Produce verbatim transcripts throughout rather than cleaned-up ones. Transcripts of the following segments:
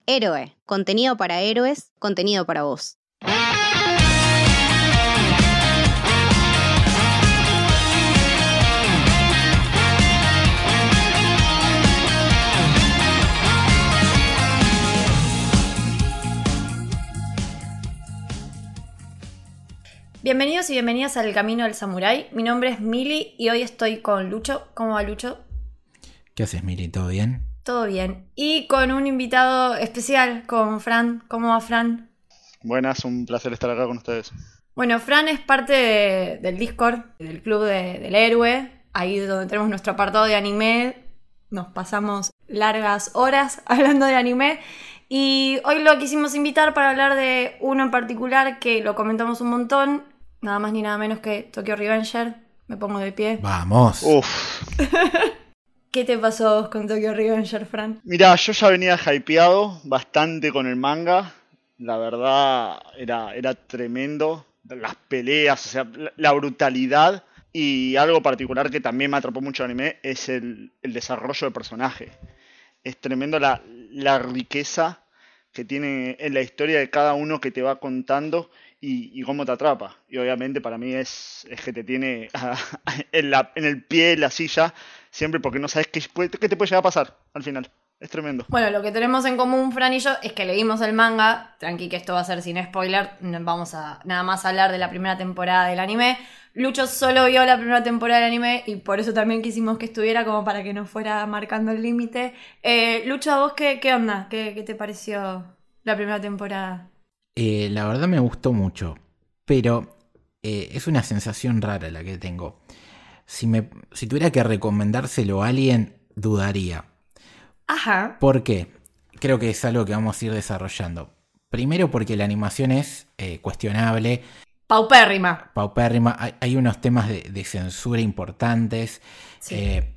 Héroe, contenido para héroes, contenido para vos. Bienvenidos y bienvenidas al Camino del Samurái. Mi nombre es Mili y hoy estoy con Lucho. ¿Cómo va, Lucho? ¿Qué haces, Mili? ¿Todo bien? Todo bien. Y con un invitado especial, con Fran. ¿Cómo va, Fran? Buenas, un placer estar acá con ustedes. Bueno, Fran es parte de, del Discord, del Club de, del Héroe. Ahí donde tenemos nuestro apartado de anime. Nos pasamos largas horas hablando de anime. Y hoy lo quisimos invitar para hablar de uno en particular que lo comentamos un montón. Nada más ni nada menos que Tokyo Revenger. Me pongo de pie. ¡Vamos! Uf. ¿Qué te pasó a vos con Tokyo Revenger, Fran? Mirá, yo ya venía hypeado bastante con el manga. La verdad, era, era tremendo. Las peleas, o sea, la, la brutalidad. Y algo particular que también me atrapó mucho el anime es el, el desarrollo de personaje. Es tremendo la, la riqueza que tiene en la historia de cada uno que te va contando y, y cómo te atrapa. Y obviamente para mí es, es que te tiene a, a, en, la, en el pie de la silla siempre porque no sabes qué, puede, qué te puede llegar a pasar al final. Es tremendo. Bueno, lo que tenemos en común, Fran y yo, es que leímos el manga. Tranqui que esto va a ser sin spoiler. Vamos a nada más hablar de la primera temporada del anime. Lucho solo vio la primera temporada del anime y por eso también quisimos que estuviera como para que nos fuera marcando el límite. Eh, Lucho, ¿a vos qué, qué onda? ¿Qué, ¿Qué te pareció la primera temporada? Eh, la verdad me gustó mucho, pero eh, es una sensación rara la que tengo. Si, me, si tuviera que recomendárselo a alguien, dudaría. Ajá. ¿Por qué? Creo que es algo que vamos a ir desarrollando. Primero porque la animación es eh, cuestionable. Paupérrima. Paupérrima. Hay, hay unos temas de, de censura importantes. Sí. Eh,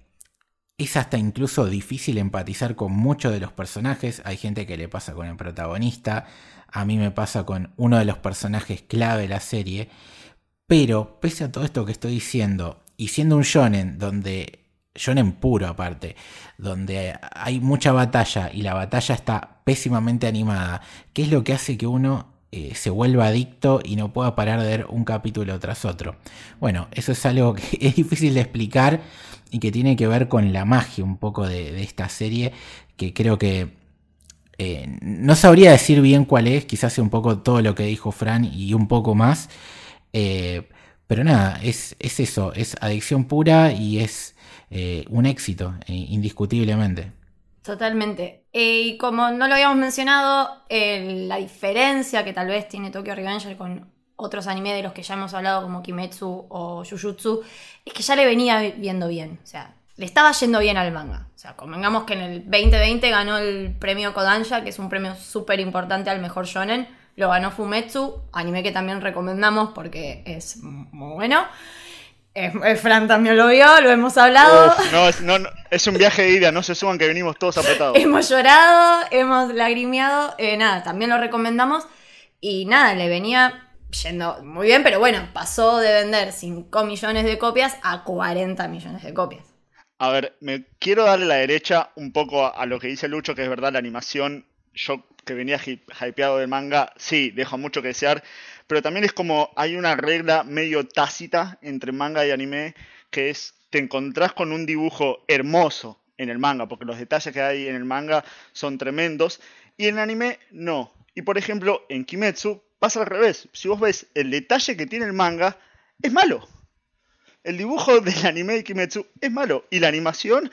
es hasta incluso difícil empatizar con muchos de los personajes. Hay gente que le pasa con el protagonista. A mí me pasa con uno de los personajes clave de la serie. Pero, pese a todo esto que estoy diciendo, y siendo un shonen donde... shonen puro aparte, donde hay mucha batalla y la batalla está pésimamente animada, ¿qué es lo que hace que uno eh, se vuelva adicto y no pueda parar de ver un capítulo tras otro? Bueno, eso es algo que es difícil de explicar y que tiene que ver con la magia un poco de, de esta serie, que creo que eh, no sabría decir bien cuál es, quizás sea un poco todo lo que dijo Fran y un poco más, eh, pero nada, es, es eso, es adicción pura y es Eh, un éxito, eh, indiscutiblemente. Totalmente. Eh, y como no lo habíamos mencionado, eh, la diferencia que tal vez tiene Tokyo Revenger con otros animes de los que ya hemos hablado, como Kimetsu o Jujutsu, es que ya le venía viendo bien. O sea, le estaba yendo bien al manga. O sea, convengamos que en el veinte veinte ganó el premio Kodansha, que es un premio súper importante al mejor shonen. Lo ganó Fumetsu, anime que también recomendamos porque es muy bueno. Eh, Fran también lo vio, lo hemos hablado. Uf, no, es, no, no, es un viaje de ida, no se suban que venimos todos apretados. Hemos llorado, hemos lagrimeado, eh, nada, también lo recomendamos. Y nada, le venía yendo muy bien, pero bueno, pasó de vender cinco millones de copias a cuarenta millones de copias. A ver, me quiero darle la derecha un poco a, a lo que dice Lucho, que es verdad, la animación, yo que venía hypeado del manga, sí, deja mucho que desear. Pero también es como hay una regla medio tácita entre manga y anime, que es te encontrás con un dibujo hermoso en el manga, porque los detalles que hay en el manga son tremendos, y en el anime no. Y por ejemplo, en Kimetsu pasa al revés. Si vos ves el detalle que tiene el manga, es malo. El dibujo del anime de Kimetsu es malo, y la animación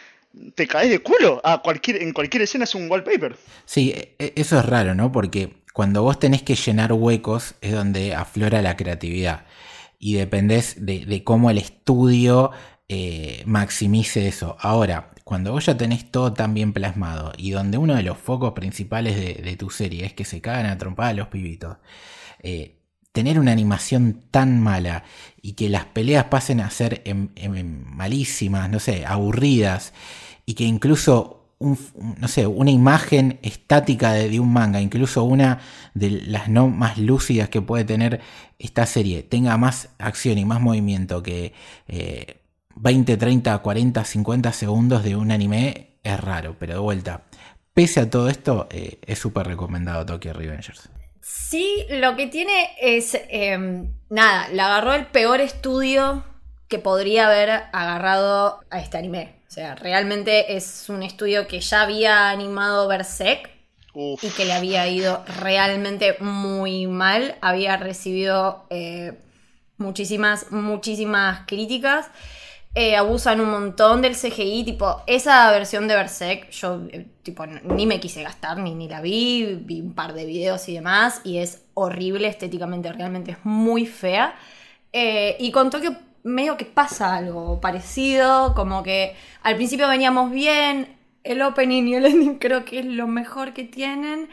te caes de culo. A cualquier, en cualquier escena es un wallpaper. Sí, eso es raro, ¿no? Porque cuando vos tenés que llenar huecos es donde aflora la creatividad y dependés de, de cómo el estudio eh, maximice eso. Ahora, cuando vos ya tenés todo tan bien plasmado y donde uno de los focos principales de, de tu serie es que se cagan a trompadas los pibitos, eh, tener una animación tan mala y que las peleas pasen a ser en, en malísimas, no sé, aburridas, y que incluso... Un, no sé, una imagen estática de, de un manga, incluso una de las no más lúcidas que puede tener esta serie, tenga más acción y más movimiento que eh, veinte, treinta, cuarenta, cincuenta segundos de un anime, es raro, pero de vuelta, pese a todo esto, eh, es súper recomendado Tokyo Revengers. Sí, lo que tiene es, eh, nada, le agarró el peor estudio que podría haber agarrado a este anime. O sea, realmente es un estudio que ya había animado Berserk Uf. y que le había ido realmente muy mal. Había recibido eh, muchísimas, muchísimas críticas. Eh, abusan un montón del C G I, tipo, esa versión de Berserk, yo eh, tipo ni me quise gastar, ni, ni la vi, vi un par de videos y demás, y es horrible estéticamente, realmente es muy fea. Eh, y con Tokyo medio que pasa algo parecido, como que al principio veníamos bien, el opening y el ending creo que es lo mejor que tienen,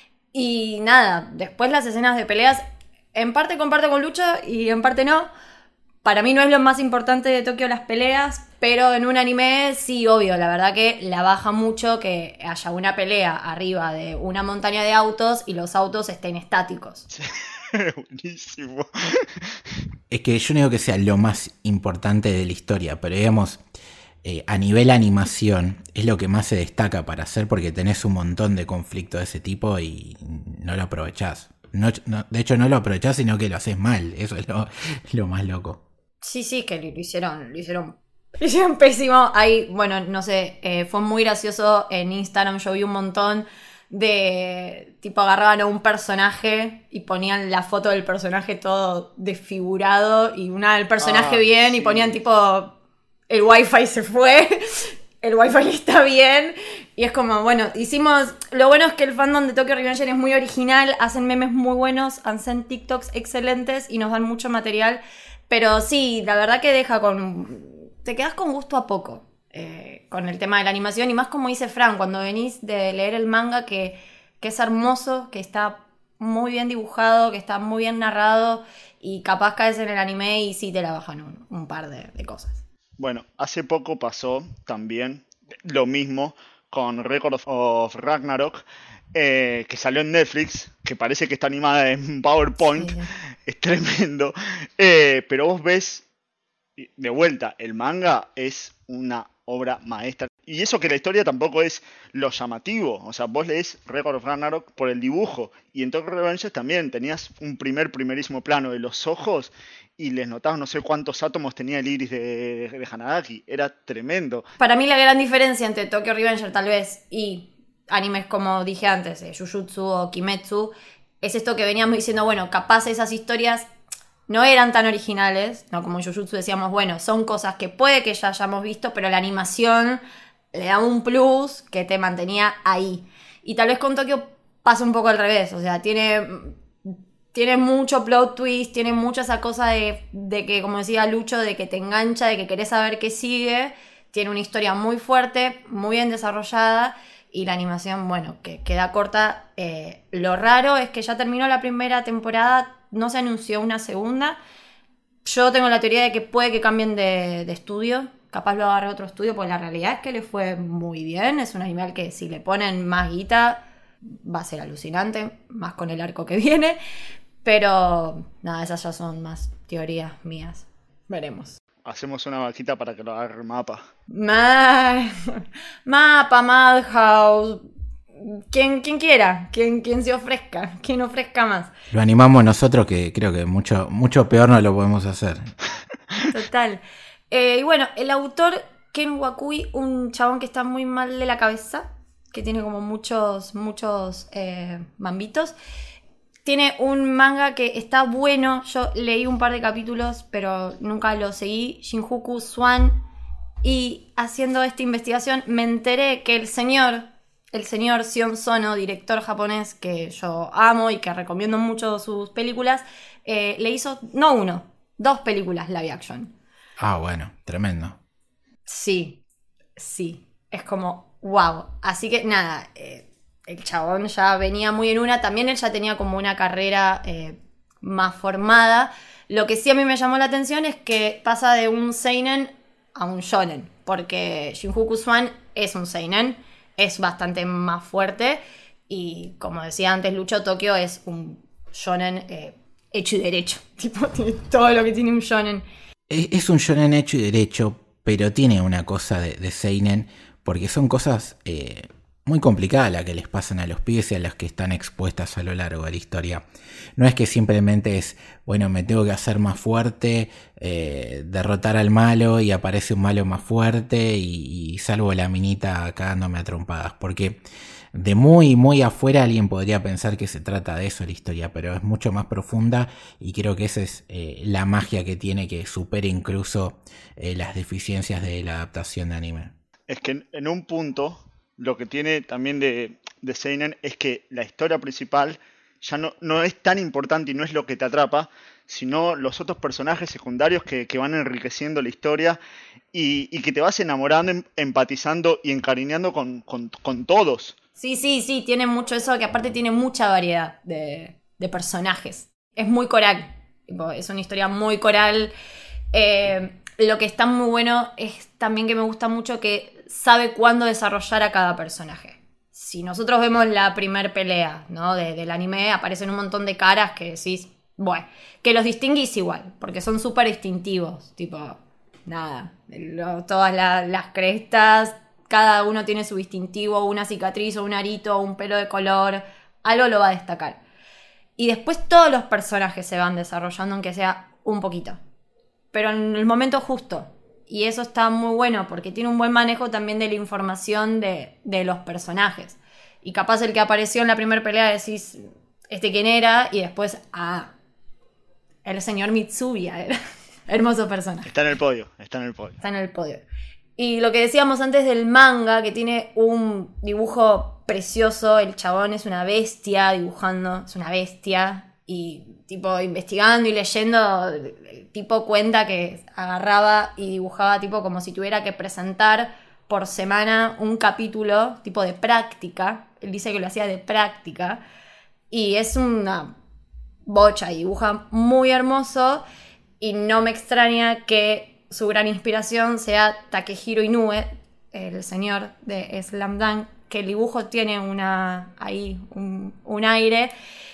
y nada, después las escenas de peleas, en parte comparto con Lucho y en parte no. Para mí no es lo más importante de Tokio las peleas, pero en un anime sí, obvio, la verdad que la baja mucho que haya una pelea arriba de una montaña de autos y los autos estén estáticos. Buenísimo. Es que yo no digo que sea lo más importante de la historia, pero digamos, eh, a nivel animación es lo que más se destaca para hacer porque tenés un montón de conflictos de ese tipo y no lo aprovechás. No, no, de hecho no lo aprovechás, sino que lo haces mal, eso es lo, lo más loco. Sí, sí, que lo hicieron, lo hicieron, lo hicieron pésimo. Ahí, bueno, no sé, eh, fue muy gracioso en Instagram, yo vi un montón de, tipo, agarraban a un personaje y ponían la foto del personaje todo desfigurado y una del personaje ah, bien sí. Y ponían tipo, el wifi se fue, el wifi está bien. Y es como, bueno, hicimos... Lo bueno es que el fandom de Tokyo Revenger es muy original, hacen memes muy buenos, hacen TikToks excelentes y nos dan mucho material. Pero sí, la verdad que deja con... Te quedas con gusto a poco eh, con el tema de la animación. Y más como dice Fran, cuando venís de leer el manga, que, que es hermoso, que está muy bien dibujado, que está muy bien narrado. Y capaz caes en el anime y sí te la bajan un, un par de, de cosas. Bueno, hace poco pasó también lo mismo con Record of Ragnarok, eh, que salió en Netflix, que parece que está animada en PowerPoint, sí. Es tremendo, eh, pero vos ves, de vuelta, el manga es una obra maestra, y eso que la historia tampoco es lo llamativo, o sea, vos lees Record of Ragnarok por el dibujo, y en Tokyo Revengers también tenías un primer, primerísimo plano de los ojos, y les notabas no sé cuántos átomos tenía el iris de, de, de Hanagaki, era tremendo. Para mí la gran diferencia entre Tokyo Revenger tal vez y animes como dije antes, eh, Jujutsu o Kimetsu, es esto que veníamos diciendo, bueno, capaz esas historias no eran tan originales, no como en Jujutsu decíamos, bueno, son cosas que puede que ya hayamos visto, pero la animación le da un plus que te mantenía ahí. Y tal vez con Tokyo pasa un poco al revés, o sea, tiene... Tiene mucho plot twist, tiene mucha esa cosa de, de que, como decía Lucho, de que te engancha, de que querés saber qué sigue. Tiene una historia muy fuerte, muy bien desarrollada y la animación, bueno, que queda corta. Eh, lo raro es que ya terminó la primera temporada, no se anunció una segunda. Yo tengo la teoría de que puede que cambien de, de estudio, capaz lo agarre otro estudio, porque la realidad es que le fue muy bien. Es un animal que si le ponen más guita va a ser alucinante, más con el arco que viene. Pero nada, esas ya son más teorías mías. Veremos. Hacemos una vaquita para que lo agarre Mapa. Ma... Mapa, Madhouse. Quien, quien quiera, quien, quien se ofrezca, quien ofrezca más. Lo animamos nosotros, que creo que mucho, mucho peor no lo podemos hacer. Total. Eh, y bueno, el autor Ken Wakui, un chabón que está muy mal de la cabeza, que tiene como muchos, muchos eh, mambitos. Tiene un manga que está bueno, yo leí un par de capítulos, pero nunca lo seguí, Shinjuku Swan, y haciendo esta investigación me enteré que el señor, el señor Sion Sono, director japonés que yo amo y que recomiendo mucho sus películas, eh, le hizo, no uno, dos películas live action. Ah, bueno, tremendo. Sí, sí, es como, wow, así que nada... Eh, el chabón ya venía muy en una, también él ya tenía como una carrera eh, más formada. Lo que sí a mí me llamó la atención es que pasa de un seinen a un shonen, porque Shinjuku Swan es un seinen, es bastante más fuerte y como decía antes Lucho, Tokio es un shonen eh, hecho y derecho, tipo tiene todo lo que tiene un shonen. Es, es un shonen hecho y derecho, pero tiene una cosa de, de seinen, porque son cosas... Eh... muy complicada la que les pasan a los pibes y a las que están expuestas a lo largo de la historia. No es que simplemente es, bueno, me tengo que hacer más fuerte, eh, derrotar al malo y aparece un malo más fuerte y, y salvo la minita cagándome a trompadas. Porque de muy, muy afuera alguien podría pensar que se trata de eso la historia, pero es mucho más profunda y creo que esa es eh, la magia que tiene, que supera incluso eh, las deficiencias de la adaptación de anime. Es que en, en un punto, lo que tiene también de, de Seinen es que la historia principal ya no, no es tan importante y no es lo que te atrapa, sino los otros personajes secundarios que, que van enriqueciendo la historia y, y que te vas enamorando, em- empatizando y encariñando con, con, con todos. Sí, sí, sí, tiene mucho eso, que aparte tiene mucha variedad de, de personajes. Es muy coral, tipo, es una historia muy coral. Eh, lo que está muy bueno es también que me gusta mucho que sabe cuándo desarrollar a cada personaje. Si nosotros vemos la primer pelea, ¿no? de, del anime, aparecen un montón de caras que decís, bueno, que los distinguís igual, porque son súper distintivos, tipo, nada, lo- todas la- las crestas, cada uno tiene su distintivo, una cicatriz o un arito o un pelo de color, algo lo va a destacar. Y después todos los personajes se van desarrollando, aunque sea un poquito, pero en el momento justo. Y eso está muy bueno porque tiene un buen manejo también de la información de, de los personajes. Y capaz el que apareció en la primera pelea decís, ¿este quién era? Y después, ah, el señor Mitsubiya era. Hermoso personaje. Está en el podio, está en el podio. Está en el podio. Y lo que decíamos antes del manga, que tiene un dibujo precioso, el chabón es una bestia dibujando, es una bestia, y tipo investigando y leyendo, el tipo cuenta que agarraba y dibujaba tipo como si tuviera que presentar por semana un capítulo tipo de práctica, él dice que lo hacía de práctica, y es una bocha, y dibuja muy hermoso, y no me extraña que su gran inspiración sea Takehiro Inoue, el señor de Slam Dunk, que el dibujo tiene una ahí un, un aire,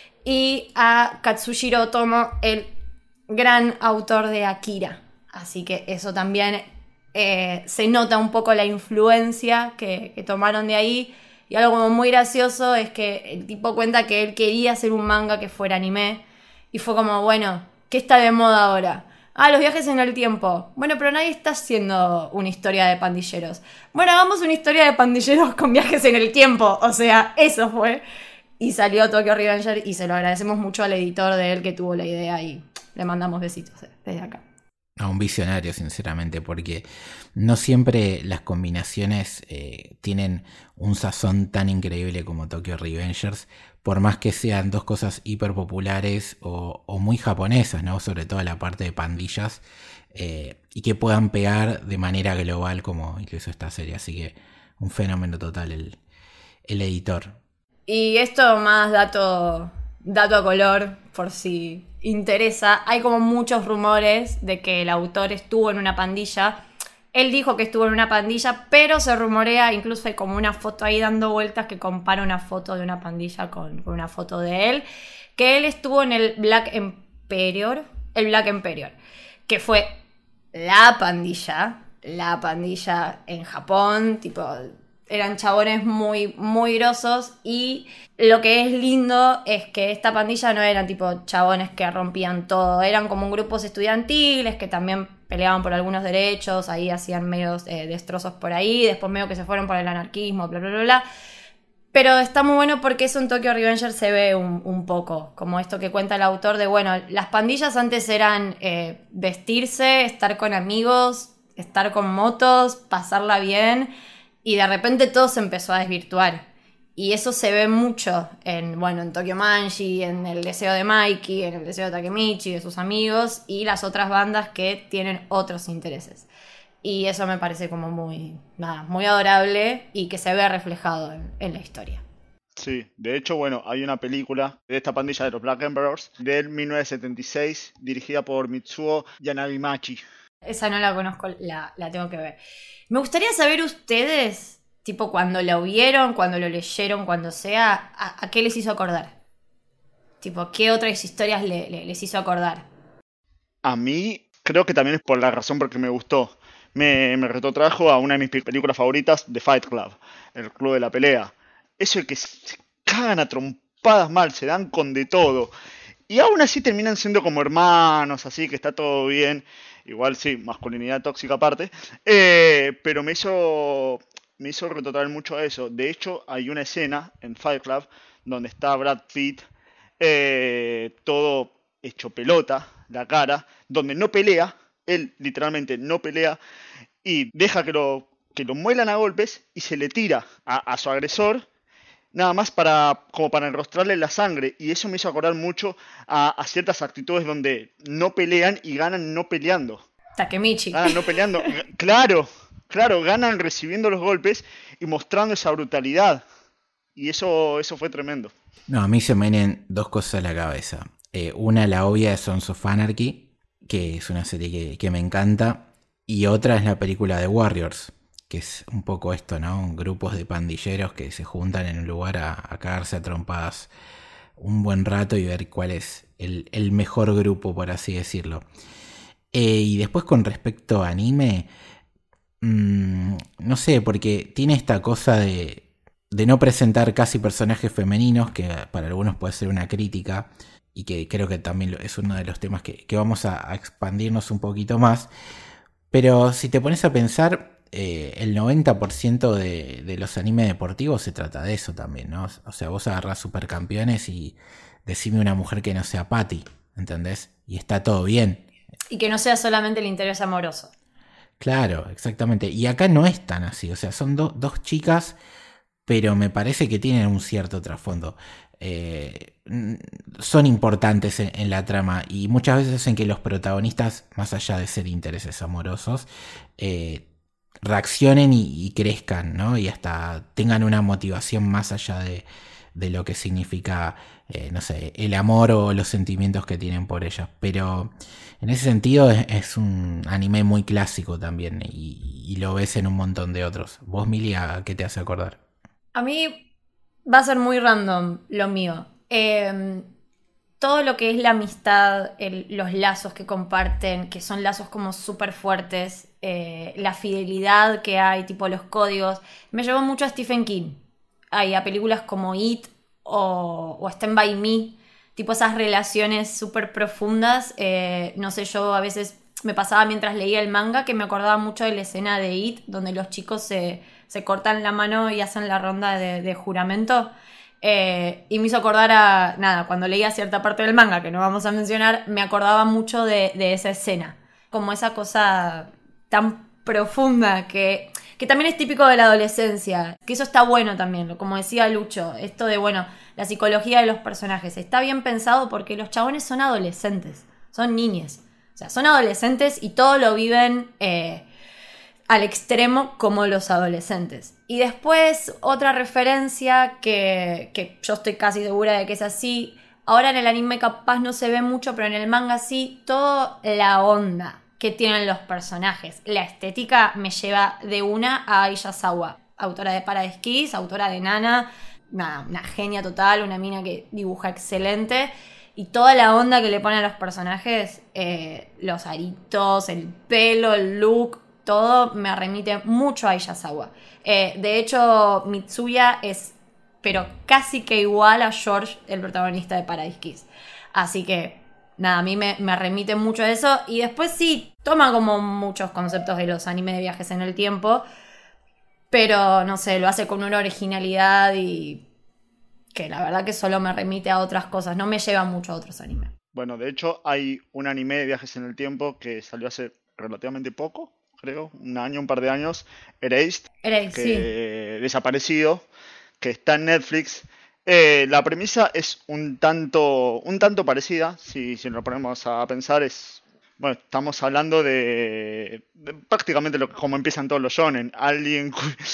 y a Katsushiro Otomo, el gran autor de Akira. Así que eso también eh, se nota un poco la influencia que, que tomaron de ahí. Y algo como muy gracioso es que el tipo cuenta que él quería hacer un manga que fuera anime, y fue como, bueno, ¿qué está de moda ahora? Ah, los viajes en el tiempo. Bueno, pero nadie está haciendo una historia de pandilleros. Bueno, hagamos una historia de pandilleros con viajes en el tiempo. O sea, eso fue. Y salió Tokyo Revenger y se lo agradecemos mucho al editor de él que tuvo la idea y le mandamos besitos desde acá. A un visionario, sinceramente, porque no siempre las combinaciones eh, tienen un sazón tan increíble como Tokyo Revengers, por más que sean dos cosas hiper populares o, o muy japonesas, ¿no? Sobre todo la parte de pandillas, eh, y que puedan pegar de manera global como incluso esta serie. Así que un fenómeno total el, el editor. Y esto más dato, dato a color, por si interesa. Hay como muchos rumores de que el autor estuvo en una pandilla. Él dijo que estuvo en una pandilla, pero se rumorea, incluso hay como una foto ahí dando vueltas que compara una foto de una pandilla con, con una foto de él, que él estuvo en el Black Emperor, el Black Emperor, que fue la pandilla, la pandilla en Japón, tipo, eran chabones muy, muy grosos, y lo que es lindo es que esta pandilla no eran tipo chabones que rompían todo, eran como grupos estudiantiles que también peleaban por algunos derechos, ahí hacían medios eh, destrozos por ahí, después medio que se fueron por el anarquismo, bla, bla, bla, bla. Pero está muy bueno porque eso en Tokyo Revenger se ve un, un poco, como esto que cuenta el autor de, bueno, las pandillas antes eran eh, vestirse, estar con amigos, estar con motos, pasarla bien, y de repente todo se empezó a desvirtuar. Y eso se ve mucho en, bueno, en Tokyo Manji, en el deseo de Mikey, en el deseo de Takemichi, de sus amigos, y las otras bandas que tienen otros intereses. Y eso me parece como muy, nada, muy adorable y que se ve reflejado en, en la historia. Sí, de hecho, bueno, hay una película de esta pandilla de los Black Emperors del mil novecientos setenta y seis dirigida por Mitsuo Yanagimachi. Esa no la conozco, la, la tengo que ver. Me gustaría saber ustedes, tipo cuando lo vieron, cuando lo leyeron, cuando sea, a, a qué les hizo acordar. Tipo, ¿qué otras historias le, le, les hizo acordar? A mí creo que también es por la razón por que me gustó. Me, me retrotrajo a una de mis películas favoritas, The Fight Club, el club de la pelea. eso de que se cagan a trompadas mal, se dan con de todo. Y aún así terminan siendo como hermanos, así que está todo bien. Igual sí, masculinidad tóxica aparte. Eh, pero me hizo, me hizo retratar mucho a eso. De hecho, hay una escena en Fight Club donde está Brad Pitt eh, todo hecho pelota, la cara, donde no pelea, él literalmente no pelea y deja que lo, que lo muelan a golpes y se le tira a, a su agresor nada más para como para enrostrarle la sangre, y eso me hizo acordar mucho a, a ciertas actitudes donde no pelean y ganan no peleando. Takemichi. Ganan no peleando. Claro, claro, ganan recibiendo los golpes y mostrando esa brutalidad. Y eso, eso fue tremendo. No, a mí se me vienen dos cosas a la cabeza. Eh, una, la obvia de Sons of Anarchy, que es una serie que, que me encanta. Y otra es la película de Warriors, que es un poco esto, ¿no? Grupos de pandilleros que se juntan en un lugar a, a cagarse a trompadas un buen rato y ver cuál es el, el mejor grupo, por así decirlo. Eh, y después con respecto a anime, mmm, no sé, porque tiene esta cosa de, de no presentar casi personajes femeninos, que para algunos puede ser una crítica, y que creo que también es uno de los temas que, que vamos a, a expandirnos un poquito más. Pero si te pones a pensar, Eh, el noventa por ciento de, de los animes deportivos se trata de eso también, ¿no? O sea, vos agarrás Supercampeones y decime una mujer que no sea Patty, ¿entendés? Y está todo bien. Y que no sea solamente el interés amoroso. Claro, exactamente. Y acá no es tan así, o sea, son do- dos chicas, pero me parece que tienen un cierto trasfondo. Eh, son importantes en, en la trama y muchas veces hacen que los protagonistas, más allá de ser intereses amorosos, eh, reaccionen y, y crezcan, ¿no? Y hasta tengan una motivación más allá de, de lo que significa, eh, no sé, el amor o los sentimientos que tienen por ellas. Pero en ese sentido es, es un anime muy clásico también y, y lo ves en un montón de otros. ¿Vos, Mili, a qué te hace acordar? A mí va a ser muy random lo mío. Eh, todo lo que es la amistad, el, los lazos que comparten, que son lazos como súper fuertes, eh, la fidelidad que hay, tipo los códigos, me llevó mucho a Stephen King. Hay a películas como It o, o Stand By Me, tipo esas relaciones súper profundas. Eh, no sé, yo a veces me pasaba mientras leía el manga que me acordaba mucho de la escena de It, donde los chicos se, se cortan la mano y hacen la ronda de, de juramento. Eh, y me hizo acordar a, nada, cuando leía cierta parte del manga que no vamos a mencionar, me acordaba mucho de, de esa escena, como esa cosa tan profunda que, que también es típico de la adolescencia, que eso está bueno también, como decía Lucho, esto de, bueno, la psicología de los personajes, está bien pensado porque los chabones son adolescentes, son niñes, o sea, son adolescentes y todo lo viven eh, al extremo como los adolescentes. Y después otra referencia que, que yo estoy casi segura de que es así. Ahora en el anime capaz no se ve mucho, pero en el manga sí. Toda la onda que tienen los personajes, la estética me lleva de una a Ai Yasawa, autora de Paradise Kiss, autora de Nana, una, una genia total, una mina que dibuja excelente. Y toda la onda que le ponen a los personajes, eh, los aritos, el pelo, el look, todo me remite mucho a Ai Yasawa. Eh, de hecho, Mitsuya es, pero casi que igual a George, el protagonista de Paradise Kiss. Así que, nada, a mí me, me remite mucho a eso. Y después sí, toma como muchos conceptos de los animes de viajes en el tiempo. Pero, no sé, lo hace con una originalidad y que la verdad que solo me remite a otras cosas. No me lleva mucho a otros animes. Bueno, de hecho, hay un anime de viajes en el tiempo que salió hace relativamente poco, creo, un año, un par de años, Erased, Erased, que sí. desaparecido, que está en Netflix. Eh, la premisa es un tanto, un tanto parecida, si, si nos ponemos a pensar, es, bueno, estamos hablando de, de prácticamente lo, como empiezan todos los shonen, alguien,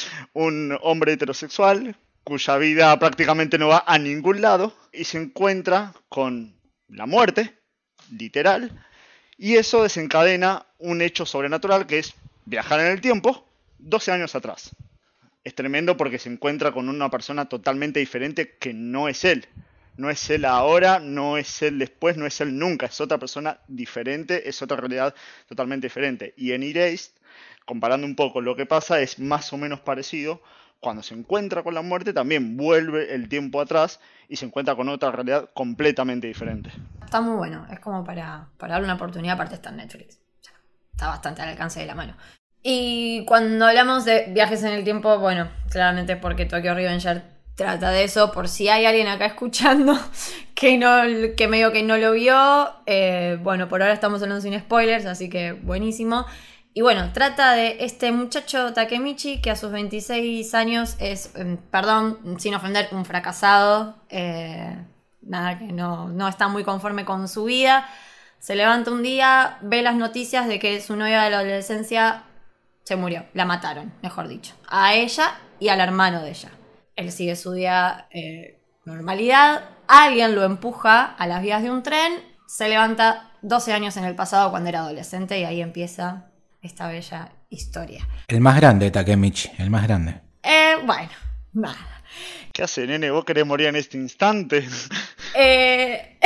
un hombre heterosexual, cuya vida prácticamente no va a ningún lado, y se encuentra con la muerte, literal, y eso desencadena un hecho sobrenatural que es viajar en el tiempo doce años atrás. Es tremendo porque se encuentra con una persona totalmente diferente que no es él. No es él ahora, no es él después, no es él nunca. Es otra persona diferente, es otra realidad totalmente diferente. Y en Erased, comparando un poco lo que pasa, es más o menos parecido cuando se encuentra con la muerte también vuelve el tiempo atrás y se encuentra con otra realidad completamente diferente. Está muy bueno, es como para, para darle una oportunidad, aparte está en Netflix. O sea, está bastante al alcance de la mano. Y cuando hablamos de viajes en el tiempo, bueno, claramente porque Tokyo Revenger trata de eso, por si hay alguien acá escuchando que no, que medio que no lo vio, eh, bueno, por ahora estamos hablando sin spoilers, así que buenísimo. Y bueno, trata de este muchacho Takemichi que a sus veintiséis años es, eh, perdón, sin ofender, un fracasado, eh, nada, que no, no está muy conforme con su vida. Se levanta un día, ve las noticias de que su novia de la adolescencia se murió, la mataron, mejor dicho, a ella y al hermano de ella. Él sigue su día eh, normalidad, alguien lo empuja a las vías de un tren, se levanta doce años en el pasado cuando era adolescente y ahí empieza esta bella historia. El más grande, Takemichi, el más grande. Eh, bueno, nada. ¿Qué hace, nene? ¿Vos querés morir en este instante? Eh,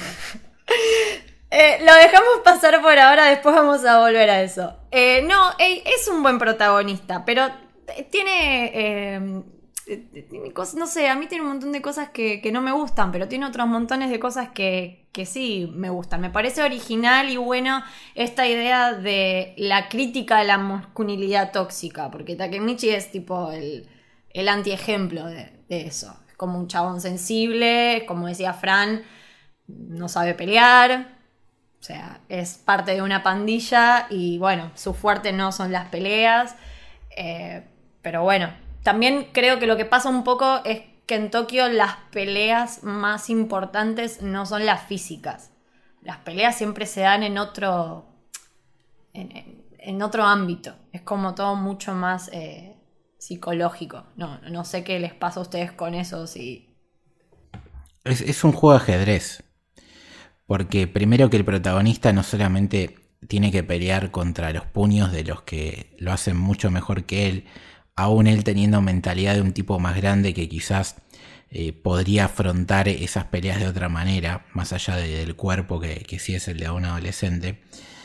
eh, lo dejamos pasar por ahora, después vamos a volver a eso. Eh, no, eh, es un buen protagonista, pero tiene... Eh, Tiene cosas, no sé, a mí tiene un montón de cosas que, que no me gustan, pero tiene otros montones de cosas que, que sí me gustan. Me parece original y bueno esta idea de la crítica a la masculinidad tóxica, porque Takemichi es tipo el, el antiejemplo de, de eso. Es como un chabón sensible, como decía Fran, no sabe pelear, o sea, es parte de una pandilla y bueno, su fuerte no son las peleas, eh, pero bueno. También creo que lo que pasa un poco es que en Tokio las peleas más importantes no son las físicas. Las peleas siempre se dan en otro, en, en, en otro ámbito. Es como todo mucho más eh, psicológico. No, no sé qué les pasa a ustedes con eso. Si... Es, es un juego de ajedrez. Porque primero que el protagonista no solamente tiene que pelear contra los puños de los que lo hacen mucho mejor que él, aún él teniendo mentalidad de un tipo más grande que quizás eh, podría afrontar esas peleas de otra manera, más allá de, del cuerpo que, que sí es el de un adolescente,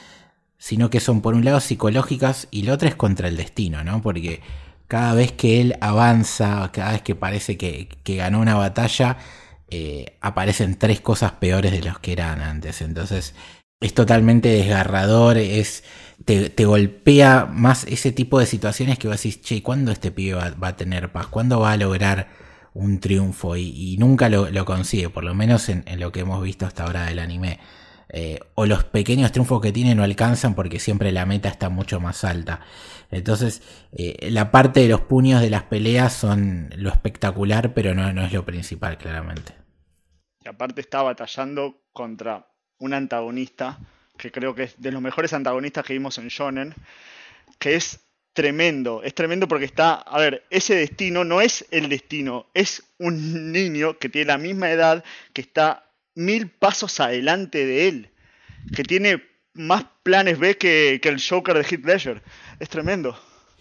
sino que son por un lado psicológicas y la otra es contra el destino, ¿no? Porque cada vez que él avanza, cada vez que parece que, que ganó una batalla, eh, aparecen tres cosas peores de las que eran antes. Entonces es totalmente desgarrador, es... Te, te golpea más ese tipo de situaciones que vos decís, che, ¿cuándo este pibe va, va a tener paz? ¿Cuándo va a lograr un triunfo? Y, y nunca lo, lo consigue, por lo menos en, en lo que hemos visto hasta ahora del anime. Eh, o los pequeños triunfos que tiene no alcanzan porque siempre la meta está mucho más alta. Entonces, eh, la parte de los puños de las peleas son lo espectacular, pero no, no es lo principal, claramente. Y aparte está batallando contra un antagonista que creo que es de los mejores antagonistas que vimos en Shonen, que es tremendo, es tremendo porque está, a ver, ese destino no es el destino, es un niño que tiene la misma edad, que está mil pasos adelante de él, que tiene más planes B que, que el Joker de Heath Ledger, es tremendo.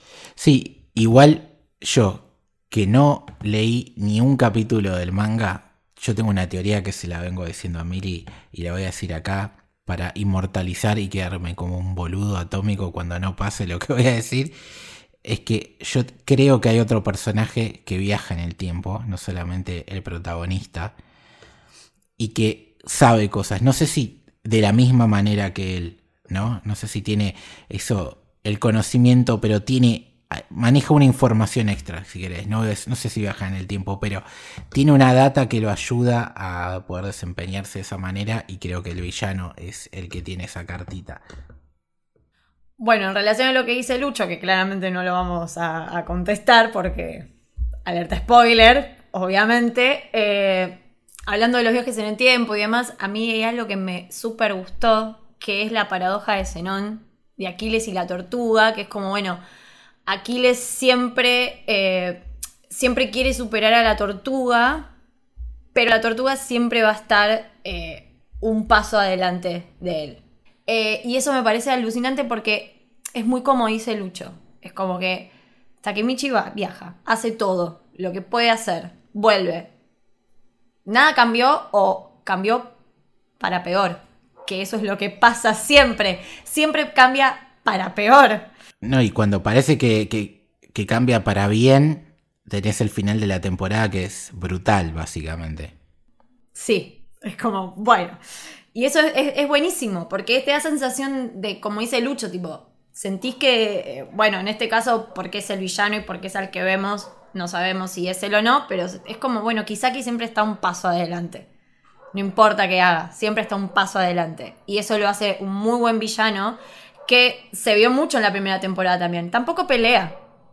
Sí, igual yo, que no leí ni un capítulo del manga, yo tengo una teoría que se la vengo diciendo a Miri y la voy a decir acá, para inmortalizar y quedarme como un boludo atómico cuando no pase lo que voy a decir, es que yo creo que hay otro personaje que viaja en el tiempo, no solamente el protagonista, y que sabe cosas, no sé si de la misma manera que él, ¿no? No sé si tiene eso, el conocimiento, pero tiene, maneja una información extra, si querés, no, es, no sé si viaja en el tiempo, pero tiene una data que lo ayuda a poder desempeñarse de esa manera y creo que el villano es el que tiene esa cartita. Bueno, en relación a lo que dice Lucho, que claramente no lo vamos a, a contestar porque alerta spoiler, obviamente, eh, hablando de los viajes en el tiempo y demás, a mí hay algo que me súper gustó, que es la paradoja de Zenón, de Aquiles y la tortuga, que es como, bueno, Aquiles siempre, eh, siempre quiere superar a la tortuga, pero la tortuga siempre va a estar eh, un paso adelante de él. Eh, y eso me parece alucinante porque es muy como dice Lucho. Es como que Takemichi va, viaja, hace todo lo que puede hacer, vuelve. Nada cambió o cambió para peor, que eso es lo que pasa siempre. Siempre cambia para peor. No, y cuando parece que, que, que cambia para bien, tenés el final de la temporada que es brutal, básicamente. Sí, es como, bueno. Y eso es, es, es buenísimo, porque te da sensación de, como dice Lucho, tipo, sentís que, eh, bueno, en este caso, porque es el villano y porque es al que vemos, no sabemos si es él o no, pero es como, bueno, Kisaki siempre está un paso adelante. No importa qué haga, siempre está un paso adelante. Y eso lo hace un muy buen villano, que se vio mucho en la primera temporada también. Tampoco pelea.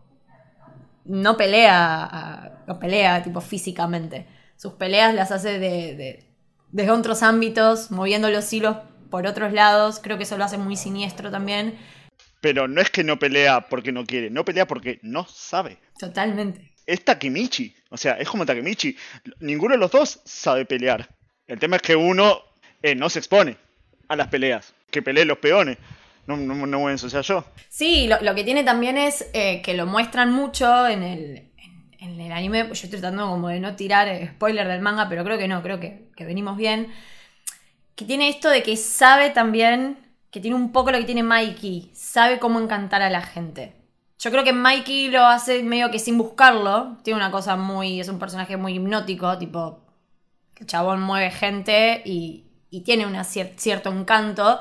No pelea, no pelea tipo físicamente. Sus peleas las hace de, de, desde otros ámbitos, moviendo los hilos por otros lados. Creo que eso lo hace muy siniestro también. Pero no es que no pelea porque no quiere, no pelea porque no sabe. Totalmente. Es Takemichi, o sea, es como Takemichi. Ninguno de los dos sabe pelear. El tema es que uno eh, no se expone a las peleas, que peleen los peones. No, no, no voy a ensuciar yo. Sí, lo, lo que tiene también es eh, que lo muestran mucho en el, en, en el anime. Yo estoy tratando como de no tirar eh, spoiler del manga, pero creo que no, creo que, que venimos bien. Que tiene esto de que sabe también, que tiene un poco lo que tiene Mikey, sabe cómo encantar a la gente. Yo creo que Mikey lo hace medio que sin buscarlo. Tiene una cosa muy, es un personaje muy hipnótico, tipo, el chabón mueve gente y, y tiene un cier- cierto encanto.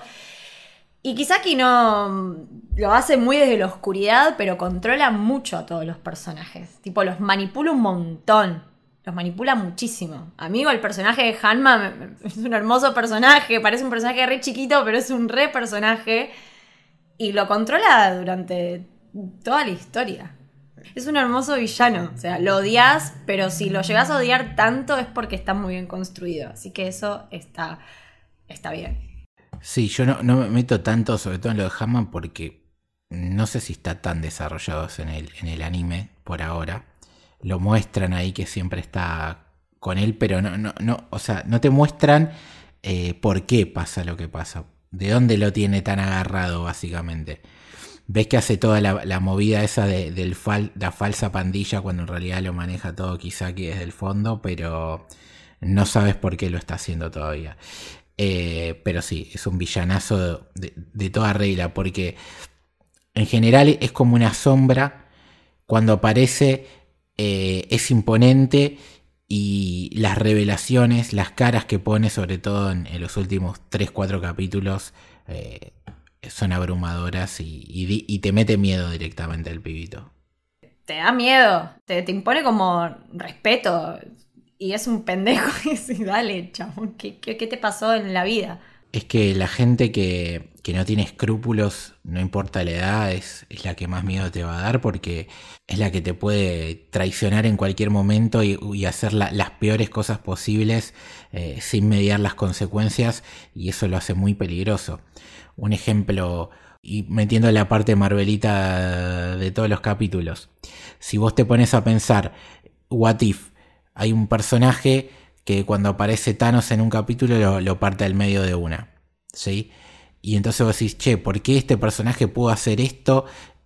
Y Kisaki no lo hace muy desde la oscuridad, pero controla mucho a todos los personajes. Tipo, los manipula un montón. Los manipula muchísimo. Amigo, el personaje de Hanma es un hermoso personaje. Parece un personaje re chiquito, pero es un re personaje. Y lo controla durante toda la historia. Es un hermoso villano. O sea, lo odias, pero si lo llegas a odiar tanto es porque está muy bien construido. Así que eso está, está bien. Sí, yo no, no me meto tanto, sobre todo en lo de Hammond, porque no sé si está tan desarrollado en el, en el anime por ahora. Lo muestran ahí que siempre está con él, pero no, no, no, o sea, no te muestran eh, por qué pasa lo que pasa, de dónde lo tiene tan agarrado, básicamente. Ves que hace toda la, la movida esa de del fal, la falsa pandilla, cuando en realidad lo maneja todo Kisaki desde el fondo, pero no sabes por qué lo está haciendo todavía. Eh, pero sí, es un villanazo de, de toda regla, porque en general es como una sombra. Cuando aparece eh, es imponente, y las revelaciones, las caras que pone, sobre todo en, en los últimos tres cuatro capítulos, eh, son abrumadoras y, y, y te mete miedo directamente el pibito. Te da miedo, te, te impone como respeto. Y es un pendejo y sí, dale, chabón, ¿qué, qué, ¿qué te pasó en la vida? Es que la gente que, que no tiene escrúpulos, no importa la edad, es, es la que más miedo te va a dar, porque es la que te puede traicionar en cualquier momento y, y hacer la, las peores cosas posibles eh, sin mediar las consecuencias, y eso lo hace muy peligroso. Un ejemplo, y metiendo la parte Marvelita de todos los capítulos, si vos te pones a pensar, what if, hay un personaje que cuando aparece Thanos en un capítulo lo, lo parte al medio de una, ¿sí? Y entonces vos decís, che, ¿por qué este personaje pudo hacer esto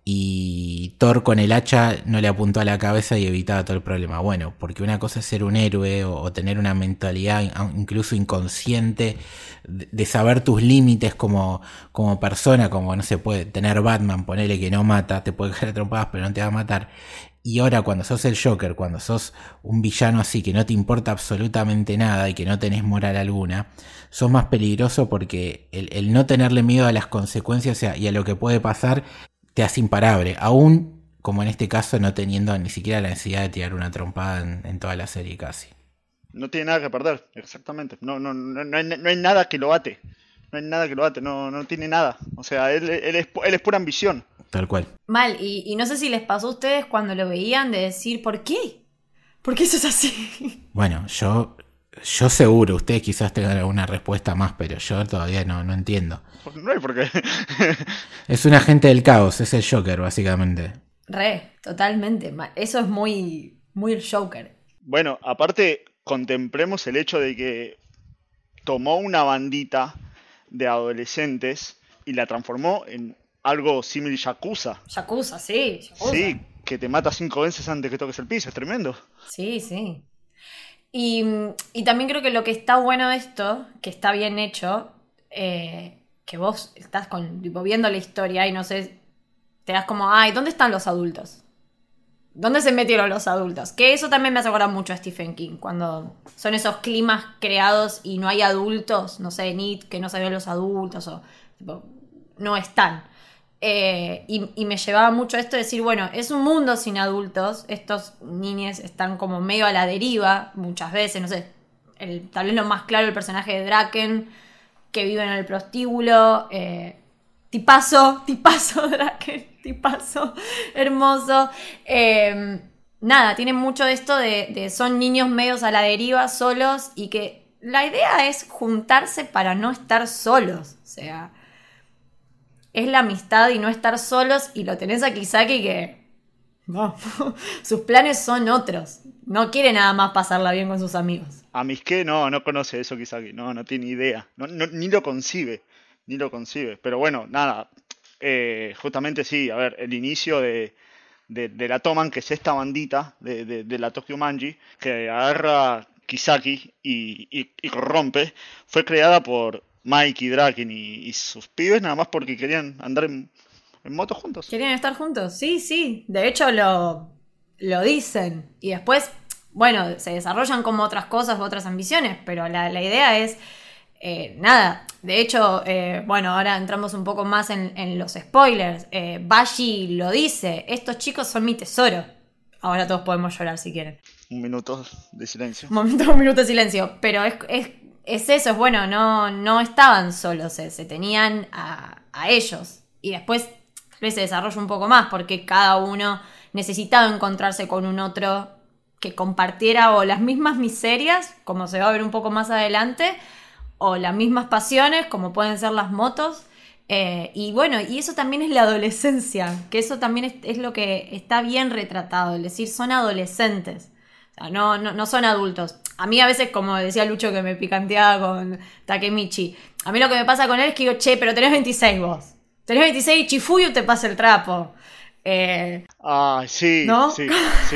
y Thor con el hacha no le apuntó a la cabeza y evitaba todo el problema? Bueno, porque una cosa es ser un héroe o, o tener una mentalidad incluso inconsciente de, de saber tus límites como, como persona, como no se puede tener Batman, ponele que no mata, te puede caer a trompadas pero no te va a matar. Y ahora cuando sos el Joker, cuando sos un villano así que no te importa absolutamente nada y que no tenés moral alguna, sos más peligroso, porque el, el no tenerle miedo a las consecuencias y a lo que puede pasar te hace imparable, aún como en este caso no teniendo ni siquiera la necesidad de tirar una trompada en, en toda la serie casi. No tiene nada que perder, exactamente. No, no, no, no, hay, no hay nada que lo ate. No hay nada que lo ate, no, no tiene nada. O sea, él, él, es, él es pura ambición. Tal cual. Mal, y, y no sé si les pasó a ustedes cuando lo veían de decir, ¿por qué? ¿Por qué eso es así? Bueno, yo yo seguro, ustedes quizás tengan alguna respuesta más, pero yo todavía no, no entiendo. No hay por qué. Es un agente del caos, es el Joker, básicamente. Re, totalmente. Eso es muy, muy el Joker. Bueno, aparte, contemplemos el hecho de que tomó una bandita de adolescentes y la transformó en algo similar Yakuza. Yakuza, sí. Yakuza. Sí, que te mata cinco veces antes que toques el piso, es tremendo. Sí, sí. Y, y también creo que lo que está bueno de esto, que está bien hecho, eh, que vos estás con, tipo, viendo la historia y no sé, te das como, ay, ¿dónde están los adultos? ¿dónde se metieron los adultos? Que eso también me hace acordar mucho a Stephen King, cuando son esos climas creados y no hay adultos, no sé, Nit, que no se ven los adultos, o tipo, no están. Eh, y, y me llevaba mucho esto de decir, bueno, es un mundo sin adultos, estos niños están como medio a la deriva muchas veces, no sé, el, tal vez lo más claro el personaje de Draken, que vive en el prostíbulo, eh, tipazo, tipazo Draken, tipazo, hermoso, eh, nada, tiene mucho de esto de, de son niños medios a la deriva, solos, y que la idea es juntarse para no estar solos, o sea, es la amistad y no estar solos, y lo tenés a Kisaki que no, sus planes son otros, no quiere nada más pasarla bien con sus amigos. A Miske no, no conoce eso Kisaki, no, no tiene idea, no, no, ni lo concibe, ni lo concibe, pero bueno, nada, eh, justamente sí, a ver, el inicio de, de, de la Toman, que es esta bandita de, de, de la Tokyo Manji, que agarra Kisaki y, y, y corrompe, fue creada por Mike y Draken y, y sus pibes nada más porque querían andar en, en moto juntos. Querían estar juntos, sí, sí. De hecho lo, lo dicen. Y después, bueno, se desarrollan como otras cosas, otras ambiciones, pero la, la idea es, eh, nada. De hecho, eh, bueno, ahora entramos un poco más en, en los spoilers. Eh, Bashi lo dice, estos chicos son mi tesoro. Ahora todos podemos llorar si quieren. Un minuto de silencio. Un momento, un minuto de silencio. Pero es... es Es eso, es bueno, no, no estaban solos, se, se tenían a, a ellos. Y después tal vez se desarrolla un poco más, porque cada uno necesitaba encontrarse con un otro que compartiera o las mismas miserias, como se va a ver un poco más adelante, o las mismas pasiones, como pueden ser las motos. Eh, y bueno, y eso también es la adolescencia, que eso también es, es lo que está bien retratado, es decir, son adolescentes. No, no, no son adultos. A mí a veces, como decía Lucho que me picanteaba con Takemichi, a mí lo que me pasa con él es que digo, che, pero tenés veintiséis vos. Tenés veintiséis y Chifuyu te pasa el trapo. Eh, ah, sí, ¿no? sí, sí.